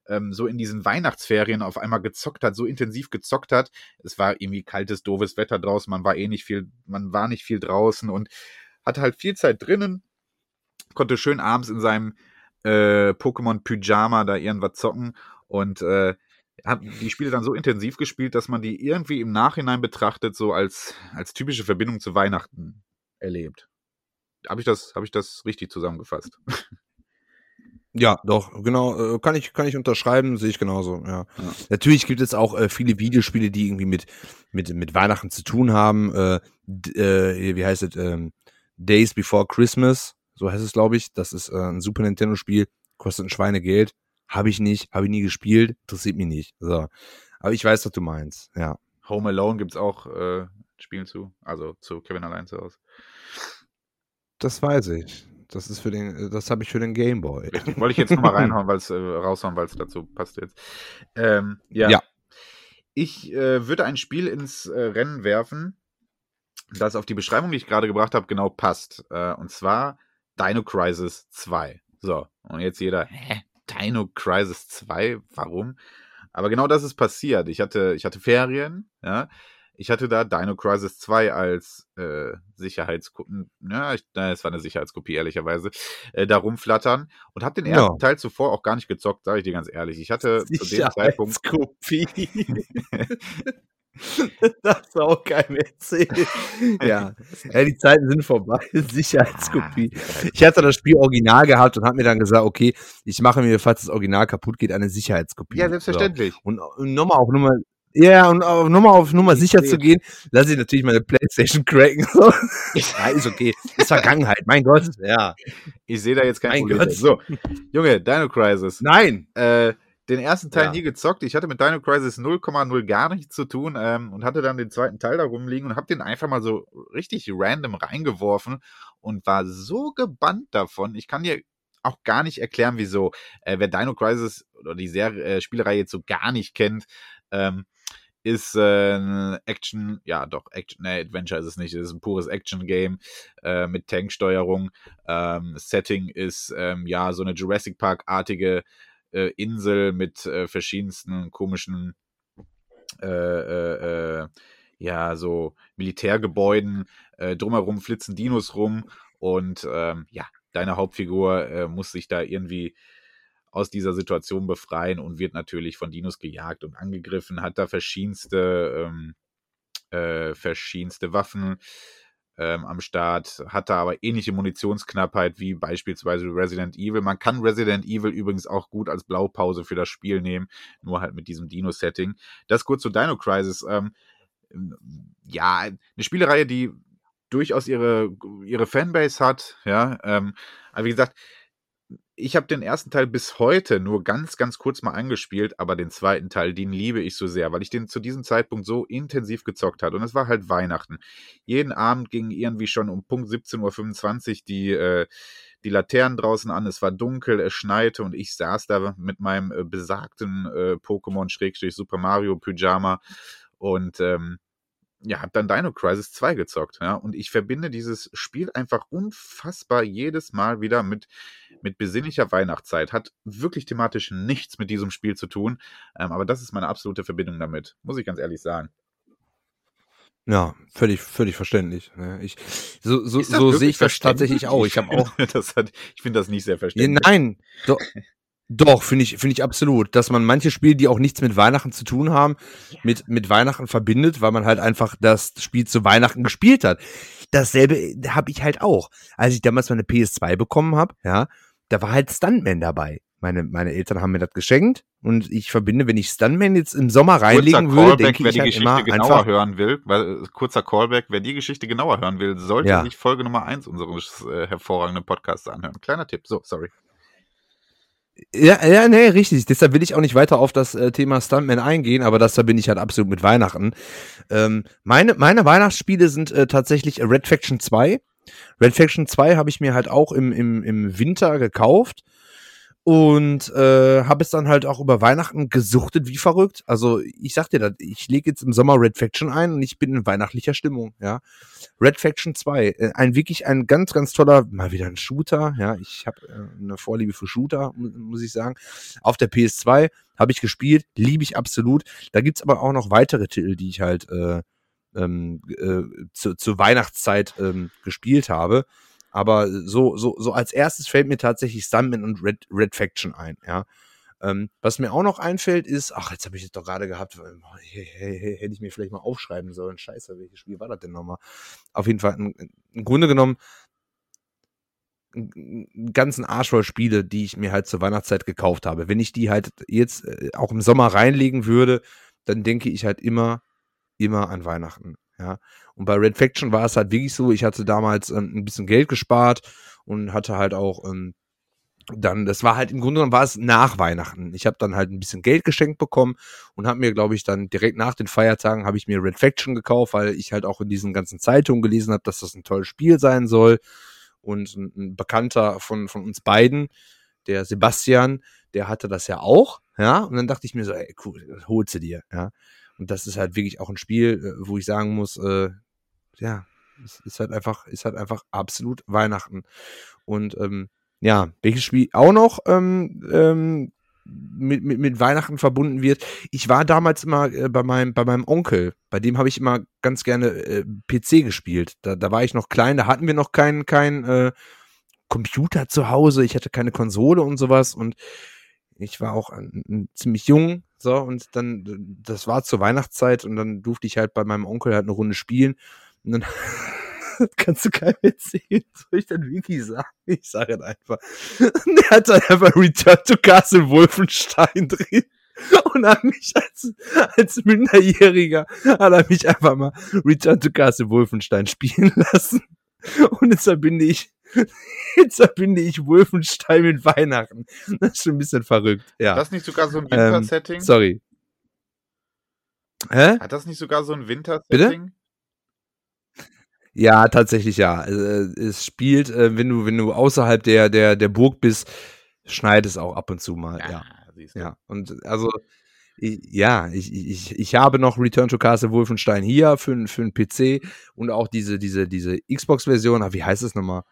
S2: ähm, so in diesen Weihnachtsferien auf einmal gezockt hat, so intensiv gezockt hat. Es war irgendwie kaltes, doofes Wetter draußen, man war eh nicht viel, man war nicht viel draußen und hatte halt viel Zeit drinnen, konnte schön abends in seinem äh, Pokémon-Pyjama da irgendwas zocken und äh, hab die Spiele dann so intensiv gespielt, dass man die irgendwie im Nachhinein betrachtet, so als, als typische Verbindung zu Weihnachten erlebt. Habe ich das, habe ich das richtig zusammengefasst?
S3: Ja, doch, genau, äh, kann ich, kann ich unterschreiben, sehe ich genauso, ja.
S2: Ja.
S3: Natürlich gibt es auch äh, viele Videospiele, die irgendwie mit, mit, mit Weihnachten zu tun haben, äh, d- äh, wie heißt es, ähm, Days Before Christmas, so heißt es, glaube ich, das ist äh, ein Super Nintendo-Spiel, kostet ein Schweinegeld, habe ich nicht, habe ich nie gespielt, interessiert mich nicht, so. Aber ich weiß, was du meinst, ja.
S2: Home Alone gibt es auch äh, Spielen zu, also zu Kevin allein zu Hause.
S3: Das weiß ich. Das ist für den, das habe ich für den Gameboy.
S2: Richtig. Wollte ich jetzt nochmal reinhauen, weil es äh, raushauen, weil es dazu passt jetzt. Ähm, ja.
S3: Ja.
S2: Ich äh, würde ein Spiel ins äh, Rennen werfen, das auf die Beschreibung, die ich gerade gebracht habe, genau passt. Äh, und zwar Dino Crisis zwei. So, und jetzt jeder, hä? Dino Crisis zwei? Warum? Aber genau das ist passiert. Ich hatte, ich hatte Ferien, ja. Ich hatte da Dino Crisis zwei als äh, Sicherheitskopie, ja, ich, na, es war eine Sicherheitskopie, ehrlicherweise, äh, da rumflattern und habe den ersten
S3: Ja.
S2: Teil zuvor auch gar nicht gezockt, sage ich dir ganz ehrlich. Ich hatte zu dem Zeitpunkt...
S3: Sicherheitskopie. Das ist auch kein erzählen. Ja. Ja, die Zeiten sind vorbei. Sicherheitskopie. Ich hatte das Spiel original gehabt und habe mir dann gesagt, okay, ich mache mir, falls das Original kaputt geht, eine Sicherheitskopie.
S2: Ja, selbstverständlich.
S3: So. Und, und nochmal auf Nummer, ja, und auf Nummer auf Nummer sicher zu gehen, lasse ich natürlich meine Playstation cracken. So. Ja, ist okay. Ist Vergangenheit, mein Gott. Ja.
S2: Ich sehe da jetzt kein
S3: Mein
S2: Problem.
S3: Gott.
S2: So, Junge, Dino Crisis.
S3: Nein.
S2: Äh, den ersten Teil
S3: Ja.
S2: nie gezockt. Ich hatte mit Dino Crisis null Komma null gar nichts zu tun ähm, und hatte dann den zweiten Teil da rumliegen und habe den einfach mal so richtig random reingeworfen und war so gebannt davon. Ich kann dir auch gar nicht erklären, wieso. Äh, wer Dino Crisis oder die Serie, äh, Spielereihe jetzt so gar nicht kennt, ähm, ist äh, ein Action, ja doch, Action, ne, Adventure ist es nicht, es ist ein pures Action-Game äh, mit Tanksteuerung. Ähm, Setting ist ähm, ja so eine Jurassic Park-artige äh, Insel mit äh, verschiedensten komischen äh, äh, äh, ja, so Militärgebäuden. Äh, drumherum flitzen Dinos rum und ähm, ja, deine Hauptfigur äh, muss sich da irgendwie aus dieser Situation befreien und wird natürlich von Dinos gejagt und angegriffen, hat da verschiedenste, ähm, äh, verschiedenste Waffen ähm, am Start, hat da aber ähnliche Munitionsknappheit wie beispielsweise Resident Evil. Man kann Resident Evil übrigens auch gut als Blaupause für das Spiel nehmen, nur halt mit diesem Dino-Setting. Das kurz zu Dino Crisis. Ähm, ja, eine Spielereihe, die durchaus ihre, ihre Fanbase hat, ja, ähm, aber wie gesagt, ich habe den ersten Teil bis heute nur ganz, ganz kurz mal angespielt, aber den zweiten Teil, den liebe ich so sehr, weil ich den zu diesem Zeitpunkt so intensiv gezockt habe. Und es war halt Weihnachten. Jeden Abend ging irgendwie schon um Punkt siebzehn Uhr fünfundzwanzig die, äh, die Laternen draußen an. Es war dunkel, es schneite und ich saß da mit meinem äh, besagten äh, Pokémon-Super Mario Pyjama und ähm, ja, hab dann Dino Crisis zwei gezockt, ja, und ich verbinde dieses Spiel einfach unfassbar jedes Mal wieder mit, mit besinnlicher Weihnachtszeit. Hat wirklich thematisch nichts mit diesem Spiel zu tun, ähm, aber das ist meine absolute Verbindung damit, muss ich ganz ehrlich sagen.
S3: Ja, völlig, völlig verständlich. Ne? Ich, so so,
S2: Ist das
S3: so
S2: wirklich
S3: sehe ich das
S2: verständlich?
S3: tatsächlich auch. Ich habe auch.
S2: Das hat, ich finde das nicht sehr
S3: Ja,
S2: verständlich.
S3: nein, doch, doch finde ich, finde ich absolut, dass man manche Spiele, die auch nichts mit Weihnachten zu tun haben, mit, mit Weihnachten verbindet, weil man halt einfach das Spiel zu Weihnachten gespielt hat. Dasselbe habe ich halt auch. Als ich damals meine P S zwei bekommen habe, ja, da war halt Stuntman dabei. Meine, meine Eltern haben mir das geschenkt und ich verbinde, wenn ich Stuntman jetzt im Sommer reinlegen
S2: Kurzer
S3: würde,
S2: Callback,
S3: denke
S2: wer
S3: ich
S2: die
S3: halt
S2: Geschichte
S3: immer
S2: genauer
S3: einfach,
S2: hören will, weil, äh, kurzer Callback, wer die Geschichte genauer hören will, sollte
S3: Ja.
S2: sich Folge Nummer eins unseres äh, hervorragenden Podcasts anhören. Kleiner Tipp, so, sorry.
S3: ja, ja, nee, richtig. Deshalb will ich auch nicht weiter auf das äh, Thema Stuntman eingehen, aber das verbinde ich halt absolut mit Weihnachten. Ähm, meine, meine Weihnachtsspiele sind äh, tatsächlich Red Faction zwei. Red Faction zwei habe ich mir halt auch im, im, im Winter gekauft. Und äh, habe es dann halt auch über Weihnachten gesuchtet wie verrückt. Also ich sag dir das, ich lege jetzt im Sommer Red Faction ein und ich bin in weihnachtlicher Stimmung, ja. Red Faction zwei, äh, ein wirklich ein ganz, ganz toller, mal wieder ein Shooter, ja. Ich habe äh, eine Vorliebe für Shooter, mu- muss ich sagen. Auf der P S zwei habe ich gespielt, liebe ich absolut. Da gibt's aber auch noch weitere Titel, die ich halt äh, ähm, äh, zu, zur Weihnachtszeit ähm, gespielt habe. Aber so, so, so als erstes fällt mir tatsächlich Stuntman und Red, Red Faction ein, ja. Ähm, was mir auch noch einfällt ist, ach, jetzt habe ich es doch gerade gehabt, hey, hey, hey, hätte ich mir vielleicht mal aufschreiben sollen. Scheiße, welches Spiel war das denn nochmal? Auf jeden Fall, im, im Grunde genommen, einen ganzen Arsch voll Spiele, die ich mir halt zur Weihnachtszeit gekauft habe. Wenn ich die halt jetzt äh, auch im Sommer reinlegen würde, dann denke ich halt immer, immer an Weihnachten, ja. Und bei Red Faction war es halt wirklich so, ich hatte damals ähm, ein bisschen Geld gespart und hatte halt auch ähm, dann, das war halt im Grunde genommen war es nach Weihnachten. Ich habe dann halt ein bisschen Geld geschenkt bekommen und habe mir, glaube ich, dann direkt nach den Feiertagen habe ich mir Red Faction gekauft, weil ich halt auch in diesen ganzen Zeitungen gelesen habe, dass das ein tolles Spiel sein soll. Und ein, ein Bekannter von, von uns beiden, der Sebastian, der hatte das ja auch, ja. Und dann dachte ich mir so, ey, cool, das holst du dir, ja. Und das ist halt wirklich auch ein Spiel, wo ich sagen muss, äh, ja, es ist halt einfach, ist halt einfach absolut Weihnachten. Und ähm, ja, welches Spiel auch noch ähm, ähm, mit, mit, mit Weihnachten verbunden wird. Ich war damals immer äh, bei, meinem, bei meinem Onkel, bei dem habe ich immer ganz gerne äh, P C gespielt. Da, da war ich noch klein, da hatten wir noch keinen kein, äh, Computer zu Hause, ich hatte keine Konsole und sowas und ich war auch ein, ein ziemlich jung, so, und dann, das war zur Weihnachtszeit und dann durfte ich halt bei meinem Onkel halt eine Runde spielen und dann kannst du keinem erzählen, soll ich dann wirklich sagen? Ich sage das einfach. Der hat dann einfach Return to Castle Wolfenstein drin und hat mich als, als Minderjähriger, hat er mich einfach mal Return to Castle Wolfenstein spielen lassen und jetzt verbinde ich Jetzt verbinde ich Wolfenstein mit Weihnachten. Das ist schon ein bisschen verrückt, ja.
S2: Hat das nicht sogar so ein Wintersetting?
S3: Ähm, sorry. Hä?
S2: Hat das nicht sogar so ein Wintersetting?
S3: Bitte? Ja, tatsächlich ja. Es spielt, wenn du, wenn du außerhalb der, der, der Burg bist, schneit es auch ab und zu mal, ja. Ja,
S2: siehst du.
S3: ja. Und also, ich, ja, ich, ich, ich habe noch Return to Castle Wolfenstein hier für, für einen P C und auch diese, diese, diese Xbox-Version, wie heißt es nochmal?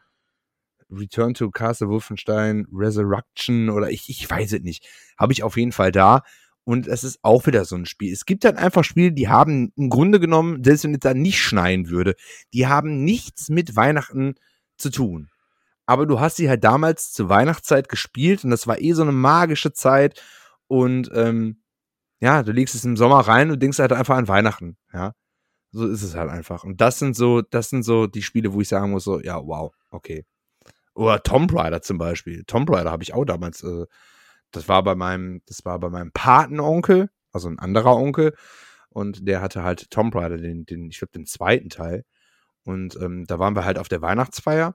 S3: Return to Castle Wolfenstein Resurrection oder ich, ich weiß es nicht. Habe ich auf jeden Fall da. Und es ist auch wieder so ein Spiel. Es gibt halt einfach Spiele, die haben im Grunde genommen, selbst wenn es da nicht schneien würde, die haben nichts mit Weihnachten zu tun. Aber du hast sie halt damals zur Weihnachtszeit gespielt und das war eh so eine magische Zeit. Und ähm, ja, du legst es im Sommer rein und denkst halt einfach an Weihnachten. Ja, so ist es halt einfach. Und das sind so, das sind so die Spiele, wo ich sagen muss, so, ja, wow, okay. Oder Tomb Raider zum Beispiel. Tomb Raider habe ich auch damals, äh, das war bei meinem, das war bei meinem Patenonkel, also ein anderer Onkel, und der hatte halt Tomb Raider, den, den, ich glaube, den zweiten Teil. Und ähm, da waren wir halt auf der Weihnachtsfeier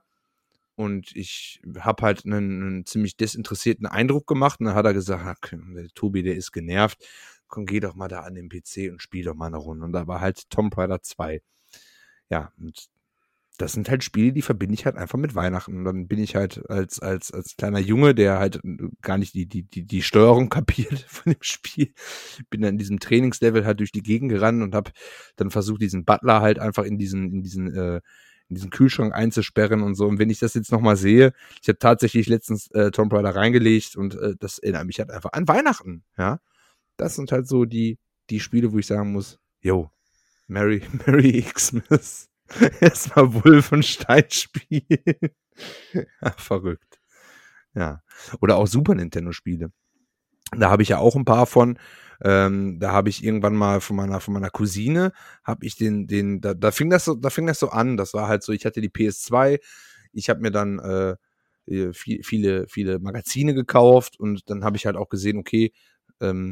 S3: und ich habe halt einen, einen ziemlich desinteressierten Eindruck gemacht und dann hat er gesagt, okay, der Tobi, der ist genervt, komm, geh doch mal da an den P C und spiel doch mal eine Runde. Und da war halt Tomb Raider zwei. Ja, und das sind halt Spiele, die verbinde ich halt einfach mit Weihnachten. Und dann bin ich halt als, als, als kleiner Junge, der halt gar nicht die, die, die, die Steuerung kapiert von dem Spiel, bin dann in diesem Trainingslevel halt durch die Gegend gerannt und habe dann versucht, diesen Butler halt einfach in diesen, in diesen, äh, in diesen Kühlschrank einzusperren und so. Und wenn ich das jetzt nochmal sehe, ich habe tatsächlich letztens äh, Tomb Raider reingelegt und äh, das erinnert mich halt einfach an Weihnachten, ja. Das sind halt so die, die Spiele, wo ich sagen muss, yo, Merry, Merry Xmas. Erstmal Wolfenstein spielen. Ja, verrückt. Ja. Oder auch Super Nintendo-Spiele. Da habe ich ja auch ein paar von. Ähm, da habe ich irgendwann mal von meiner, von meiner Cousine, habe ich den, den, da, da fing das so, da fing das so an. Das war halt so, ich hatte die P S zwei, ich habe mir dann äh, viel, viele, viele Magazine gekauft und dann habe ich halt auch gesehen, okay, ähm,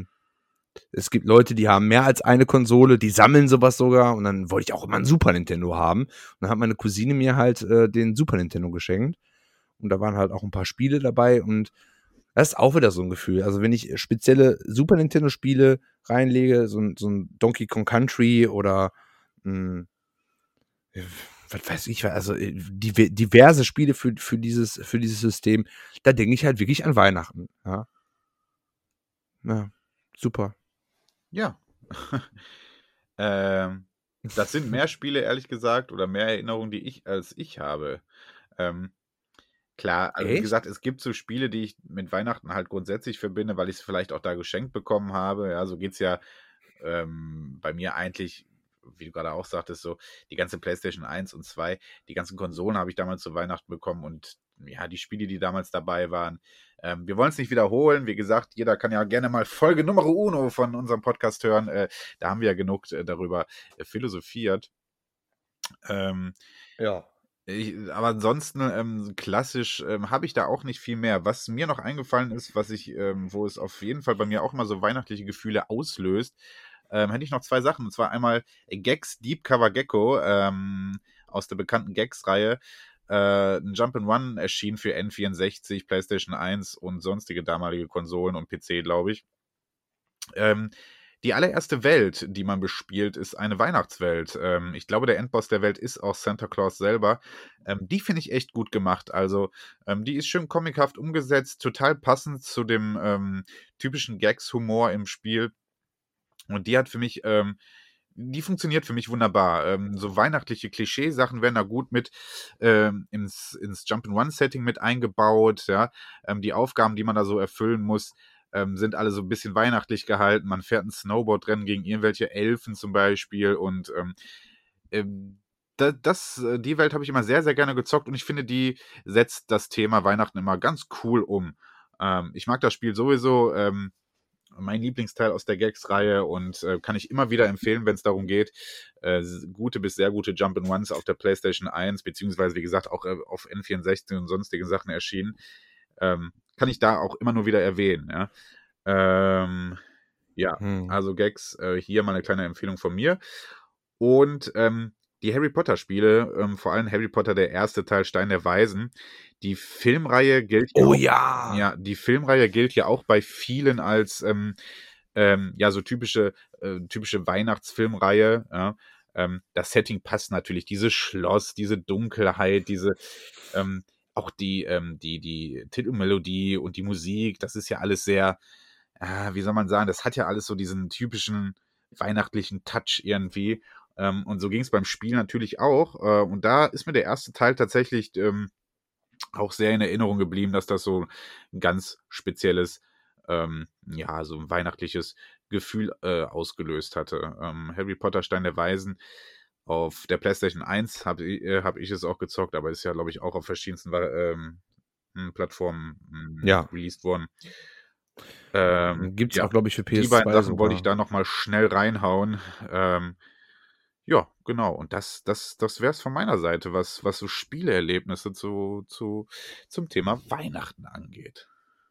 S3: es gibt Leute, die haben mehr als eine Konsole, die sammeln sowas sogar und dann wollte ich auch immer ein Super Nintendo haben. Und dann hat meine Cousine mir halt äh, den Super Nintendo geschenkt und da waren halt auch ein paar Spiele dabei und das ist auch wieder so ein Gefühl. Also wenn ich spezielle Super Nintendo Spiele reinlege, so, so ein Donkey Kong Country oder mh, was weiß ich, also äh, diver- diverse Spiele für, für, dieses, für dieses System, da denke ich halt wirklich an Weihnachten. Ja, ja super.
S2: Ja. ähm, das sind mehr Spiele, ehrlich gesagt, oder mehr Erinnerungen, die ich als ich habe. Ähm, klar, also wie
S3: Echt?
S2: gesagt, es gibt so Spiele, die ich mit Weihnachten halt grundsätzlich verbinde, weil ich es vielleicht auch da geschenkt bekommen habe. Ja, so geht es ja ähm, bei mir eigentlich, wie du gerade auch sagtest, so die ganze PlayStation eins und zwei, die ganzen Konsolen habe ich damals zu Weihnachten bekommen und ja, die Spiele, die damals dabei waren. Ähm, wir wollen es nicht wiederholen. Wie gesagt, jeder kann ja gerne mal Folge Nummer Uno von unserem Podcast hören. Äh, da haben wir ja genug äh, darüber äh, philosophiert. Ähm,
S3: Ja.
S2: ich, aber ansonsten ähm, klassisch ähm, habe ich da auch nicht viel mehr. Was mir noch eingefallen ist, was ich, ähm, wo es auf jeden Fall bei mir auch immer so weihnachtliche Gefühle auslöst, ähm, hätte ich noch zwei Sachen. Und zwar einmal Gex Deep Cover Gecko ähm, aus der bekannten Gex-Reihe. Äh, ein Jump'n'Run erschien für N vierundsechzig, PlayStation eins und sonstige damalige Konsolen und P C, glaube ich. Ähm, die allererste Welt, die man bespielt, ist eine Weihnachtswelt. Ähm, ich glaube, der Endboss der Welt ist auch Santa Claus selber. Ähm, die finde ich echt gut gemacht. Also, ähm, die ist schön comichaft umgesetzt, total passend zu dem ähm, typischen Gags-Humor im Spiel. Und die hat für mich, ähm, die funktioniert für mich wunderbar. Ähm, so weihnachtliche Klischeesachen werden da gut mit ähm, ins, ins Jump-and-Run-Setting mit eingebaut. Ja? Ähm, die Aufgaben, die man da so erfüllen muss, ähm, sind alle so ein bisschen weihnachtlich gehalten. Man fährt ein Snowboard-Rennen gegen irgendwelche Elfen zum Beispiel und ähm, ähm, da, das, äh, die Welt habe ich immer sehr, sehr gerne gezockt und ich finde, die setzt das Thema Weihnachten immer ganz cool um. Ähm, ich mag das Spiel sowieso. Ähm, mein Lieblingsteil aus der Gags-Reihe und äh, kann ich immer wieder empfehlen, wenn es darum geht, äh, gute bis sehr gute Jump'n'Runs auf der PlayStation eins, beziehungsweise wie gesagt auch äh, auf N vierundsechzig und sonstigen Sachen erschienen, ähm, kann ich da auch immer nur wieder erwähnen. Ja, ähm, ja
S3: Hm.
S2: also Gags, äh, hier mal eine kleine Empfehlung von mir. Und ähm, die Harry Potter Spiele, ähm, vor allem Harry Potter, der erste Teil, Stein der Weisen, die Filmreihe gilt ja
S3: Oh
S2: auch,
S3: ja.
S2: ja, die Filmreihe gilt ja auch bei vielen als ähm, ähm, ja, so typische, äh, typische Weihnachtsfilmreihe. Ja. Ähm, das Setting passt natürlich, dieses Schloss, diese Dunkelheit, diese, ähm, auch die, ähm, die, die Titelmelodie und die Musik, das ist ja alles sehr, äh, wie soll man sagen, das hat ja alles so diesen typischen weihnachtlichen Touch irgendwie. Ähm, und so ging es beim Spiel natürlich auch. Äh, und da ist mir der erste Teil tatsächlich ähm, auch sehr in Erinnerung geblieben, dass das so ein ganz spezielles, ähm, ja, so ein weihnachtliches Gefühl äh, ausgelöst hatte. Ähm, Harry Potter Stein der Weisen auf der PlayStation eins habe äh, hab ich es auch gezockt, aber ist ja, glaube ich, auch auf verschiedensten ähm, Plattformen mh,
S3: Ja.
S2: released worden. Ähm,
S3: Gibt es
S2: ja,
S3: auch, glaube ich, für
S2: die
S3: P S
S2: beiden
S3: zwei
S2: Sachen wollte ich
S3: sogar.
S2: da nochmal schnell reinhauen. Ähm, ja, genau. Und das, das, das wäre es von meiner Seite, was, was so Spieleerlebnisse zu, zu, zum Thema Weihnachten angeht.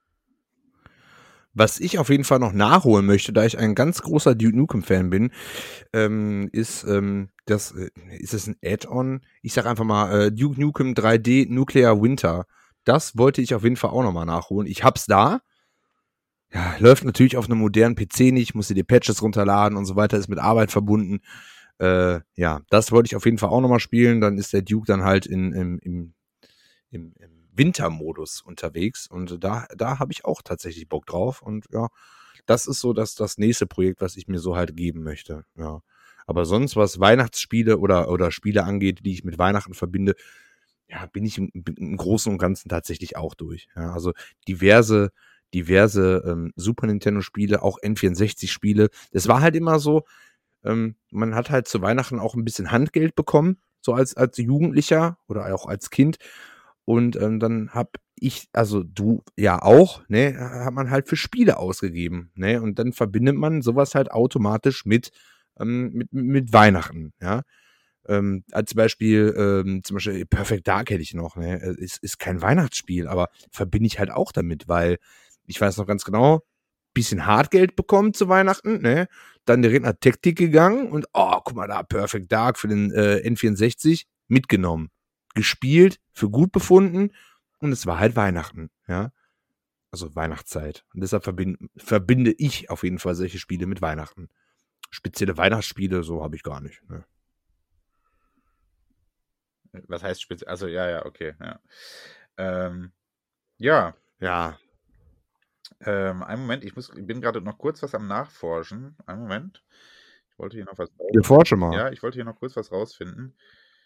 S3: Was ich auf jeden Fall noch nachholen möchte, da ich ein ganz großer Duke Nukem-Fan bin, ähm, ist ähm, das, äh, ist es ein Add-on? Ich sag einfach mal äh, Duke Nukem drei D Nuclear Winter. Das wollte ich auf jeden Fall auch nochmal nachholen. Ich hab's da. Ja, läuft natürlich auf einem modernen P C nicht, musste die Patches runterladen und so weiter, ist mit Arbeit verbunden. Äh, ja, das wollte ich auf jeden Fall auch nochmal spielen. Dann ist der Duke dann halt in, im, im, im, im Wintermodus unterwegs und da, da habe ich auch tatsächlich Bock drauf und ja, das ist so das, das nächste Projekt, was ich mir so halt geben möchte, ja. Aber sonst, was Weihnachtsspiele oder, oder Spiele angeht, die ich mit Weihnachten verbinde, ja, bin ich im, im Großen und Ganzen tatsächlich auch durch, ja. Also diverse, diverse ähm, Super Nintendo-Spiele, auch N vierundsechzig-Spiele. Das war halt immer so, ähm, man hat halt zu Weihnachten auch ein bisschen Handgeld bekommen, so als, als Jugendlicher oder auch als Kind. Und ähm, dann hab ich, also du ja auch, ne, hat man halt für Spiele ausgegeben, ne? Und dann verbindet man sowas halt automatisch mit, ähm, mit, mit Weihnachten, ja. Ähm, als Beispiel, ähm, zum Beispiel Perfect Dark hätte ich noch, ne? Ist, ist kein Weihnachtsspiel, aber verbinde ich halt auch damit, weil ich weiß noch ganz genau, bisschen Hartgeld bekommen zu Weihnachten, ne? Dann direkt nach Taktik gegangen und, oh, guck mal da, Perfect Dark für den äh, N vierundsechzig mitgenommen. Gespielt, für gut befunden und es war halt Weihnachten, ja. Also Weihnachtszeit. Und deshalb verbind, verbinde ich auf jeden Fall solche Spiele mit Weihnachten. Spezielle Weihnachtsspiele, so habe ich gar nicht, ne?
S2: Was heißt speziell? Also, ja, ja, okay, ja. Ähm, ja.
S3: Ja.
S2: Ähm, einen Moment, ich muss, ich bin gerade noch kurz was am Nachforschen. Einen Moment. Ich wollte hier noch was
S3: Ja, forsche mal.
S2: Ja, ich wollte hier noch kurz was rausfinden.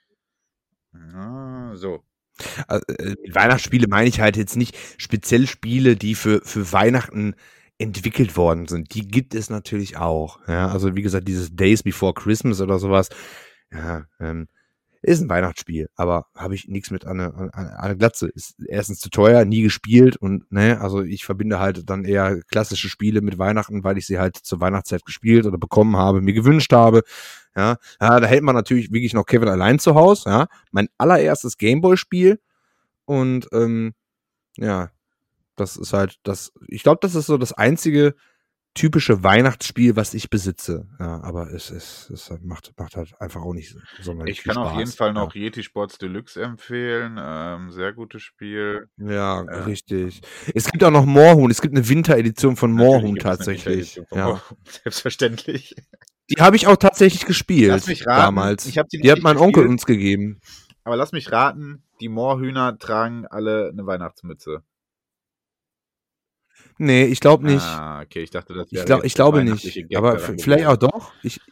S2: Ah, so.
S3: Also, äh, mit Weihnachtsspiele meine ich halt jetzt nicht speziell Spiele, die für, für Weihnachten entwickelt worden sind. Die gibt es natürlich auch. Ja, also wie gesagt, dieses Days Before Christmas oder sowas, ja, ähm, ist ein Weihnachtsspiel, aber habe ich nichts mit an eine, an eine Glatze. Ist erstens zu teuer, nie gespielt und ne, also ich verbinde halt dann eher klassische Spiele mit Weihnachten, weil ich sie halt zur Weihnachtszeit gespielt oder bekommen habe, mir gewünscht habe. Ja, ja, da hält man natürlich wirklich noch Kevin allein zu Hause. Ja, mein allererstes Gameboy-Spiel und ähm, ja, das ist halt das. Ich glaube, das ist so das einzige typische Weihnachtsspiel, was ich besitze. Ja, aber es, es, es macht, macht halt einfach auch nicht sonderlich
S2: Ich
S3: viel
S2: kann
S3: Spaß.
S2: auf jeden Fall noch
S3: ja.
S2: Yeti Sports Deluxe empfehlen. Ähm, sehr gutes Spiel.
S3: Ja,
S2: Ja.
S3: richtig. Es gibt auch noch Moorhuhn. Es gibt eine Winteredition von
S2: Natürlich
S3: Moorhuhn
S2: gibt es eine
S3: tatsächlich.
S2: Winteredition von
S3: Ja.
S2: Moorhuhn, selbstverständlich.
S3: Die habe ich auch tatsächlich gespielt
S2: Lass mich raten,
S3: damals.
S2: ich habe die noch
S3: Die hat
S2: nicht
S3: mein Onkel
S2: gespielt.
S3: uns gegeben.
S2: Aber lass mich raten, die Moorhühner tragen alle eine Weihnachtsmütze.
S3: Nee, ich glaube nicht.
S2: Ah, okay, ich dachte, das
S3: Ich,
S2: wäre
S3: glaub,
S2: jetzt
S3: ich
S2: der
S3: glaube
S2: weihnachtliche
S3: nicht.
S2: Gag
S3: Aber
S2: daran
S3: f- vielleicht auch
S2: gewesen.
S3: doch. Ich,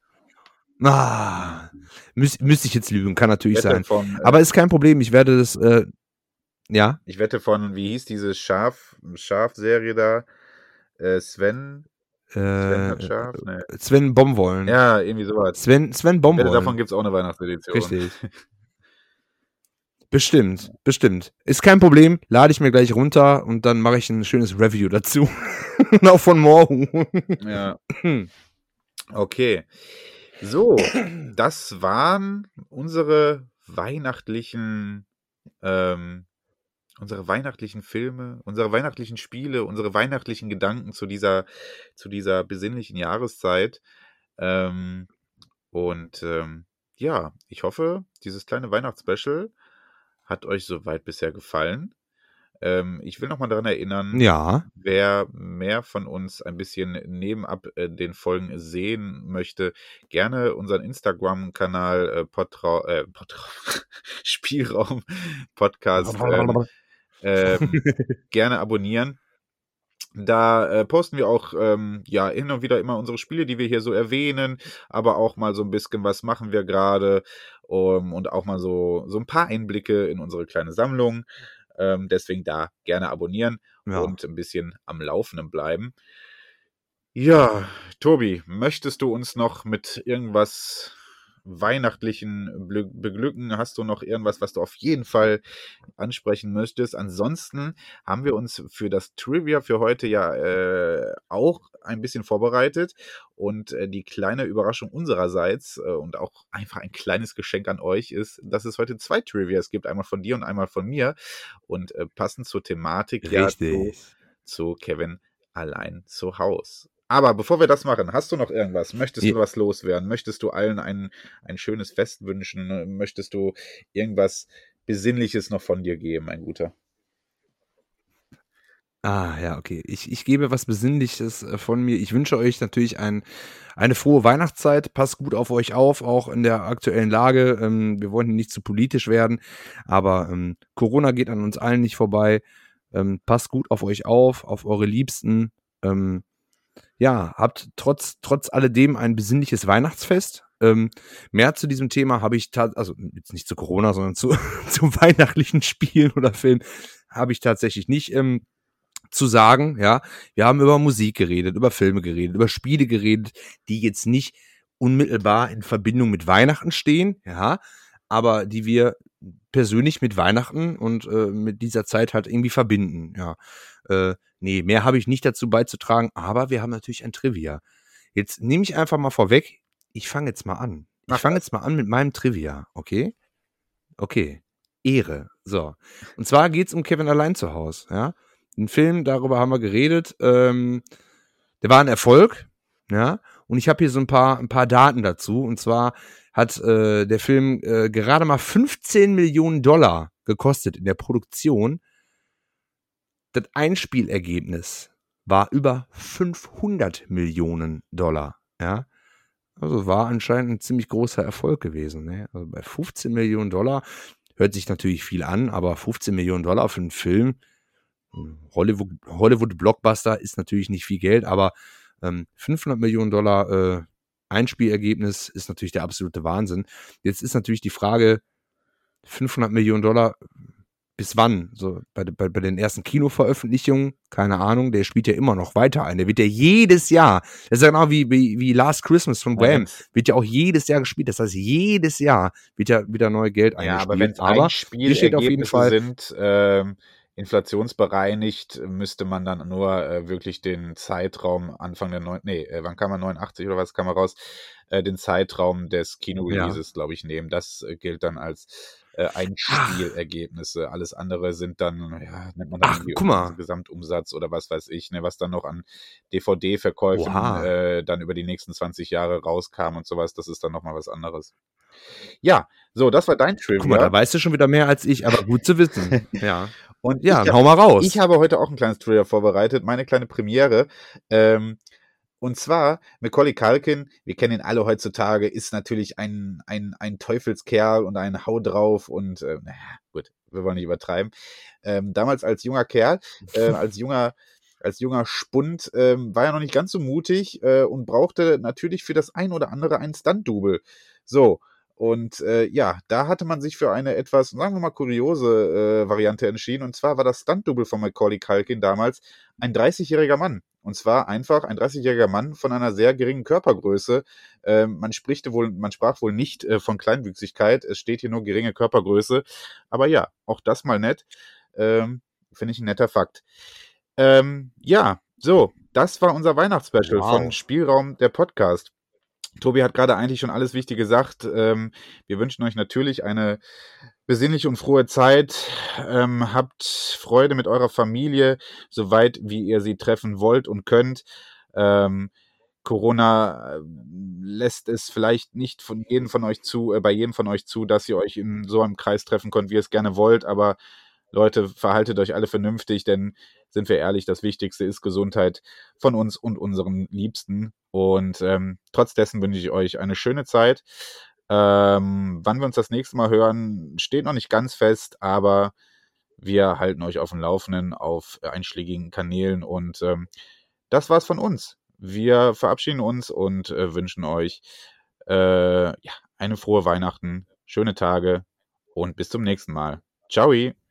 S3: ah, müß, müsste ich jetzt lügen, kann natürlich
S2: Ich wette
S3: sein.
S2: von, äh,
S3: Aber ist kein Problem, ich werde das, äh, ja,
S2: ich wette von, wie hieß diese Schaf, Schaf-Serie da? Äh, Sven? Sven hat
S3: äh,
S2: Schaf? Nee.
S3: Sven Bomwollen.
S2: Ja, irgendwie sowas.
S3: Sven, Sven
S2: Ich wette, davon
S3: Bomwollen.
S2: gibt es auch eine Weihnachtsedition.
S3: Richtig. Bestimmt, bestimmt. Ist kein Problem, lade ich mir gleich runter und dann mache ich ein schönes Review dazu. Und auch von Moorhuhn.
S2: Ja. Okay. So, das waren unsere weihnachtlichen, ähm, unsere weihnachtlichen Filme, unsere weihnachtlichen Spiele, unsere weihnachtlichen Gedanken zu dieser, zu dieser besinnlichen Jahreszeit. Ähm, und ähm, ja, ich hoffe, dieses kleine Weihnachtsspecial hat euch soweit bisher gefallen. Ähm, ich will nochmal daran erinnern,
S3: Ja,
S2: wer mehr von uns ein bisschen nebenab äh, den Folgen sehen möchte, gerne unseren Instagram-Kanal äh, Podtrau äh, Podtrau Spielraum Podcast ähm, ähm, gerne abonnieren. Da äh, posten wir auch ähm, ja hin und wieder immer unsere Spiele, die wir hier so erwähnen, aber auch mal so ein bisschen, was machen wir gerade um, und auch mal so, so ein paar Einblicke in unsere kleine Sammlung. Ähm, deswegen da gerne abonnieren
S3: ja.
S2: und ein bisschen am Laufenden bleiben. Ja, Tobi, möchtest du uns noch mit irgendwas Weihnachtlichen blü- beglücken? Hast du noch irgendwas, was du auf jeden Fall ansprechen möchtest? Ansonsten haben wir uns für das Trivia für heute ja äh, auch ein bisschen vorbereitet und äh, die kleine Überraschung unsererseits äh, und auch einfach ein kleines Geschenk an euch ist, dass es heute zwei Trivias gibt, einmal von dir und einmal von mir und äh, passend zur Thematik ja zu,
S3: Richtig.
S2: zu Kevin allein zu Haus. Aber bevor wir das machen, hast du noch irgendwas? Möchtest
S3: Ja.
S2: du was loswerden? Möchtest du allen ein, ein schönes Fest wünschen? Möchtest du irgendwas Besinnliches noch von dir geben, mein Guter?
S3: Ah, ja, okay. Ich, ich gebe was Besinnliches äh, von mir. Ich wünsche euch natürlich ein, eine frohe Weihnachtszeit. Passt gut auf euch auf, auch in der aktuellen Lage. Ähm, wir wollen hier nicht zu politisch werden, aber ähm, Corona geht an uns allen nicht vorbei. Ähm, passt gut auf euch auf, auf eure Liebsten. Ähm, ja, habt trotz, trotz alledem ein besinnliches Weihnachtsfest. Ähm, mehr zu diesem Thema habe ich, ta- also jetzt nicht zu Corona, sondern zu, zu weihnachtlichen Spielen oder Filmen, habe ich tatsächlich nicht ähm, zu sagen. Ja, wir haben über Musik geredet, über Filme geredet, über Spiele geredet, die jetzt nicht unmittelbar in Verbindung mit Weihnachten stehen, ja, aber die wir persönlich mit Weihnachten und äh, mit dieser Zeit halt irgendwie verbinden, ja. Äh, nee, mehr habe ich nicht dazu beizutragen, aber wir haben natürlich ein Trivia. Jetzt nehme ich einfach mal vorweg, ich fange jetzt mal an. Ich
S2: Mach
S3: fange
S2: das.
S3: jetzt mal an mit meinem Trivia, okay? Okay. Ehre. So. Und zwar geht's um Kevin allein zu Hause, ja. Ein Film, darüber haben wir geredet, ähm, der war ein Erfolg, ja. Und ich habe hier so ein paar, ein paar Daten dazu. Und zwar hat äh, der Film äh, gerade mal fünfzehn Millionen Dollar gekostet in der Produktion. Das Einspielergebnis war über fünfhundert Millionen Dollar, ja. Also war anscheinend ein ziemlich großer Erfolg gewesen. Ne? Also bei fünfzehn Millionen Dollar, hört sich natürlich viel an, aber fünfzehn Millionen Dollar für einen Film, Hollywood, Hollywood-Blockbuster ist natürlich nicht viel Geld, aber ähm, fünfhundert Millionen Dollar äh, Einspielergebnis ist natürlich der absolute Wahnsinn. Jetzt ist natürlich die Frage, fünfhundert Millionen Dollar, bis wann? So bei, bei, bei den ersten Kinoveröffentlichungen, keine Ahnung, der spielt ja immer noch weiter ein. Der wird ja jedes Jahr, das ist ja genau wie, wie, wie Last Christmas von Wham, ja, wird ja auch jedes Jahr gespielt. Das heißt, jedes Jahr wird ja wieder neu Geld
S2: Ja,
S3: eingespielt.
S2: aber wenn es
S3: aber hier steht auf jeden
S2: Einspielergebnisse
S3: Fall,
S2: sind, ähm, inflationsbereinigt, müsste man dann nur äh, wirklich den Zeitraum Anfang der neun, nee, äh, wann kam er, neunundachtzig oder was kam er raus, äh, den Zeitraum des Kino-Releases, glaube ich, nehmen. Das äh, gilt dann als äh, Einspielergebnisse. Alles andere sind dann, ja, nennt man dann
S3: ach,
S2: irgendwie
S3: guck mal,
S2: Gesamtumsatz oder was weiß ich, ne, was dann noch an D V D-Verkäufen
S3: oha,
S2: äh, dann über die nächsten zwanzig Jahre rauskam und sowas. Das ist dann nochmal was anderes. Ja, so, das war dein
S3: guck mal, da
S2: Trivia.
S3: weißt du schon wieder mehr als ich, aber gut zu wissen. Ja,
S2: Und
S3: ja,
S2: ich,
S3: dann
S2: hab,
S3: hau mal raus.
S2: ich habe heute auch ein kleines Trivia vorbereitet, meine kleine Premiere. Ähm, und zwar Macaulay Culkin, wir kennen ihn alle heutzutage, ist natürlich ein, ein, ein Teufelskerl und ein Hau drauf und äh, naja, gut, wir wollen nicht übertreiben. Ähm, damals als junger Kerl, äh, als junger als junger Spund, ähm, war er noch nicht ganz so mutig äh, und brauchte natürlich für das ein oder andere einen Stunt-Double. So, und äh, ja, da hatte man sich für eine etwas, sagen wir mal, kuriose äh, Variante entschieden. Und zwar war das Stunt-Double von Macaulay Culkin damals ein dreißigjähriger Mann. Und zwar einfach ein dreißigjähriger Mann von einer sehr geringen Körpergröße. Ähm, man, spricht wohl, man sprach wohl nicht äh, von Kleinwüchsigkeit. Es steht hier nur geringe Körpergröße. Aber ja, auch das mal nett. Ähm, Finde ich ein netter Fakt. Ähm, ja, so, das war unser Weihnachtsspecial
S3: Wow.
S2: von Spielraum der Podcast. Tobi hat gerade eigentlich schon alles Wichtige gesagt. Ähm, wir wünschen euch natürlich eine besinnliche und frohe Zeit. Ähm, habt Freude mit eurer Familie, soweit wie ihr sie treffen wollt und könnt. Ähm, Corona lässt es vielleicht nicht von jedem von euch zu, äh, bei jedem von euch zu, dass ihr euch in so einem Kreis treffen könnt, wie ihr es gerne wollt, aber Leute, verhaltet euch alle vernünftig, denn sind wir ehrlich, das Wichtigste ist Gesundheit von uns und unseren Liebsten. Und ähm, trotz dessen wünsche ich euch eine schöne Zeit. Ähm, wann wir uns das nächste Mal hören, steht noch nicht ganz fest, aber wir halten euch auf dem Laufenden auf einschlägigen Kanälen. Und ähm, das war's von uns. Wir verabschieden uns und äh, wünschen euch äh, ja, eine frohe Weihnachten, schöne Tage und bis zum nächsten Mal. Ciao.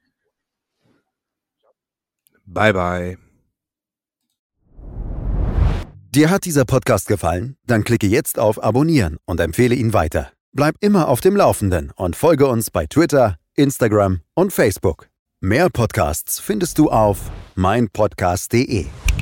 S3: Bye, bye.
S4: Dir hat dieser Podcast gefallen? Dann klicke jetzt auf Abonnieren und empfehle ihn weiter. Bleib immer auf dem Laufenden und folge uns bei Twitter, Instagram und Facebook. Mehr Podcasts findest du auf mein podcast punkt de.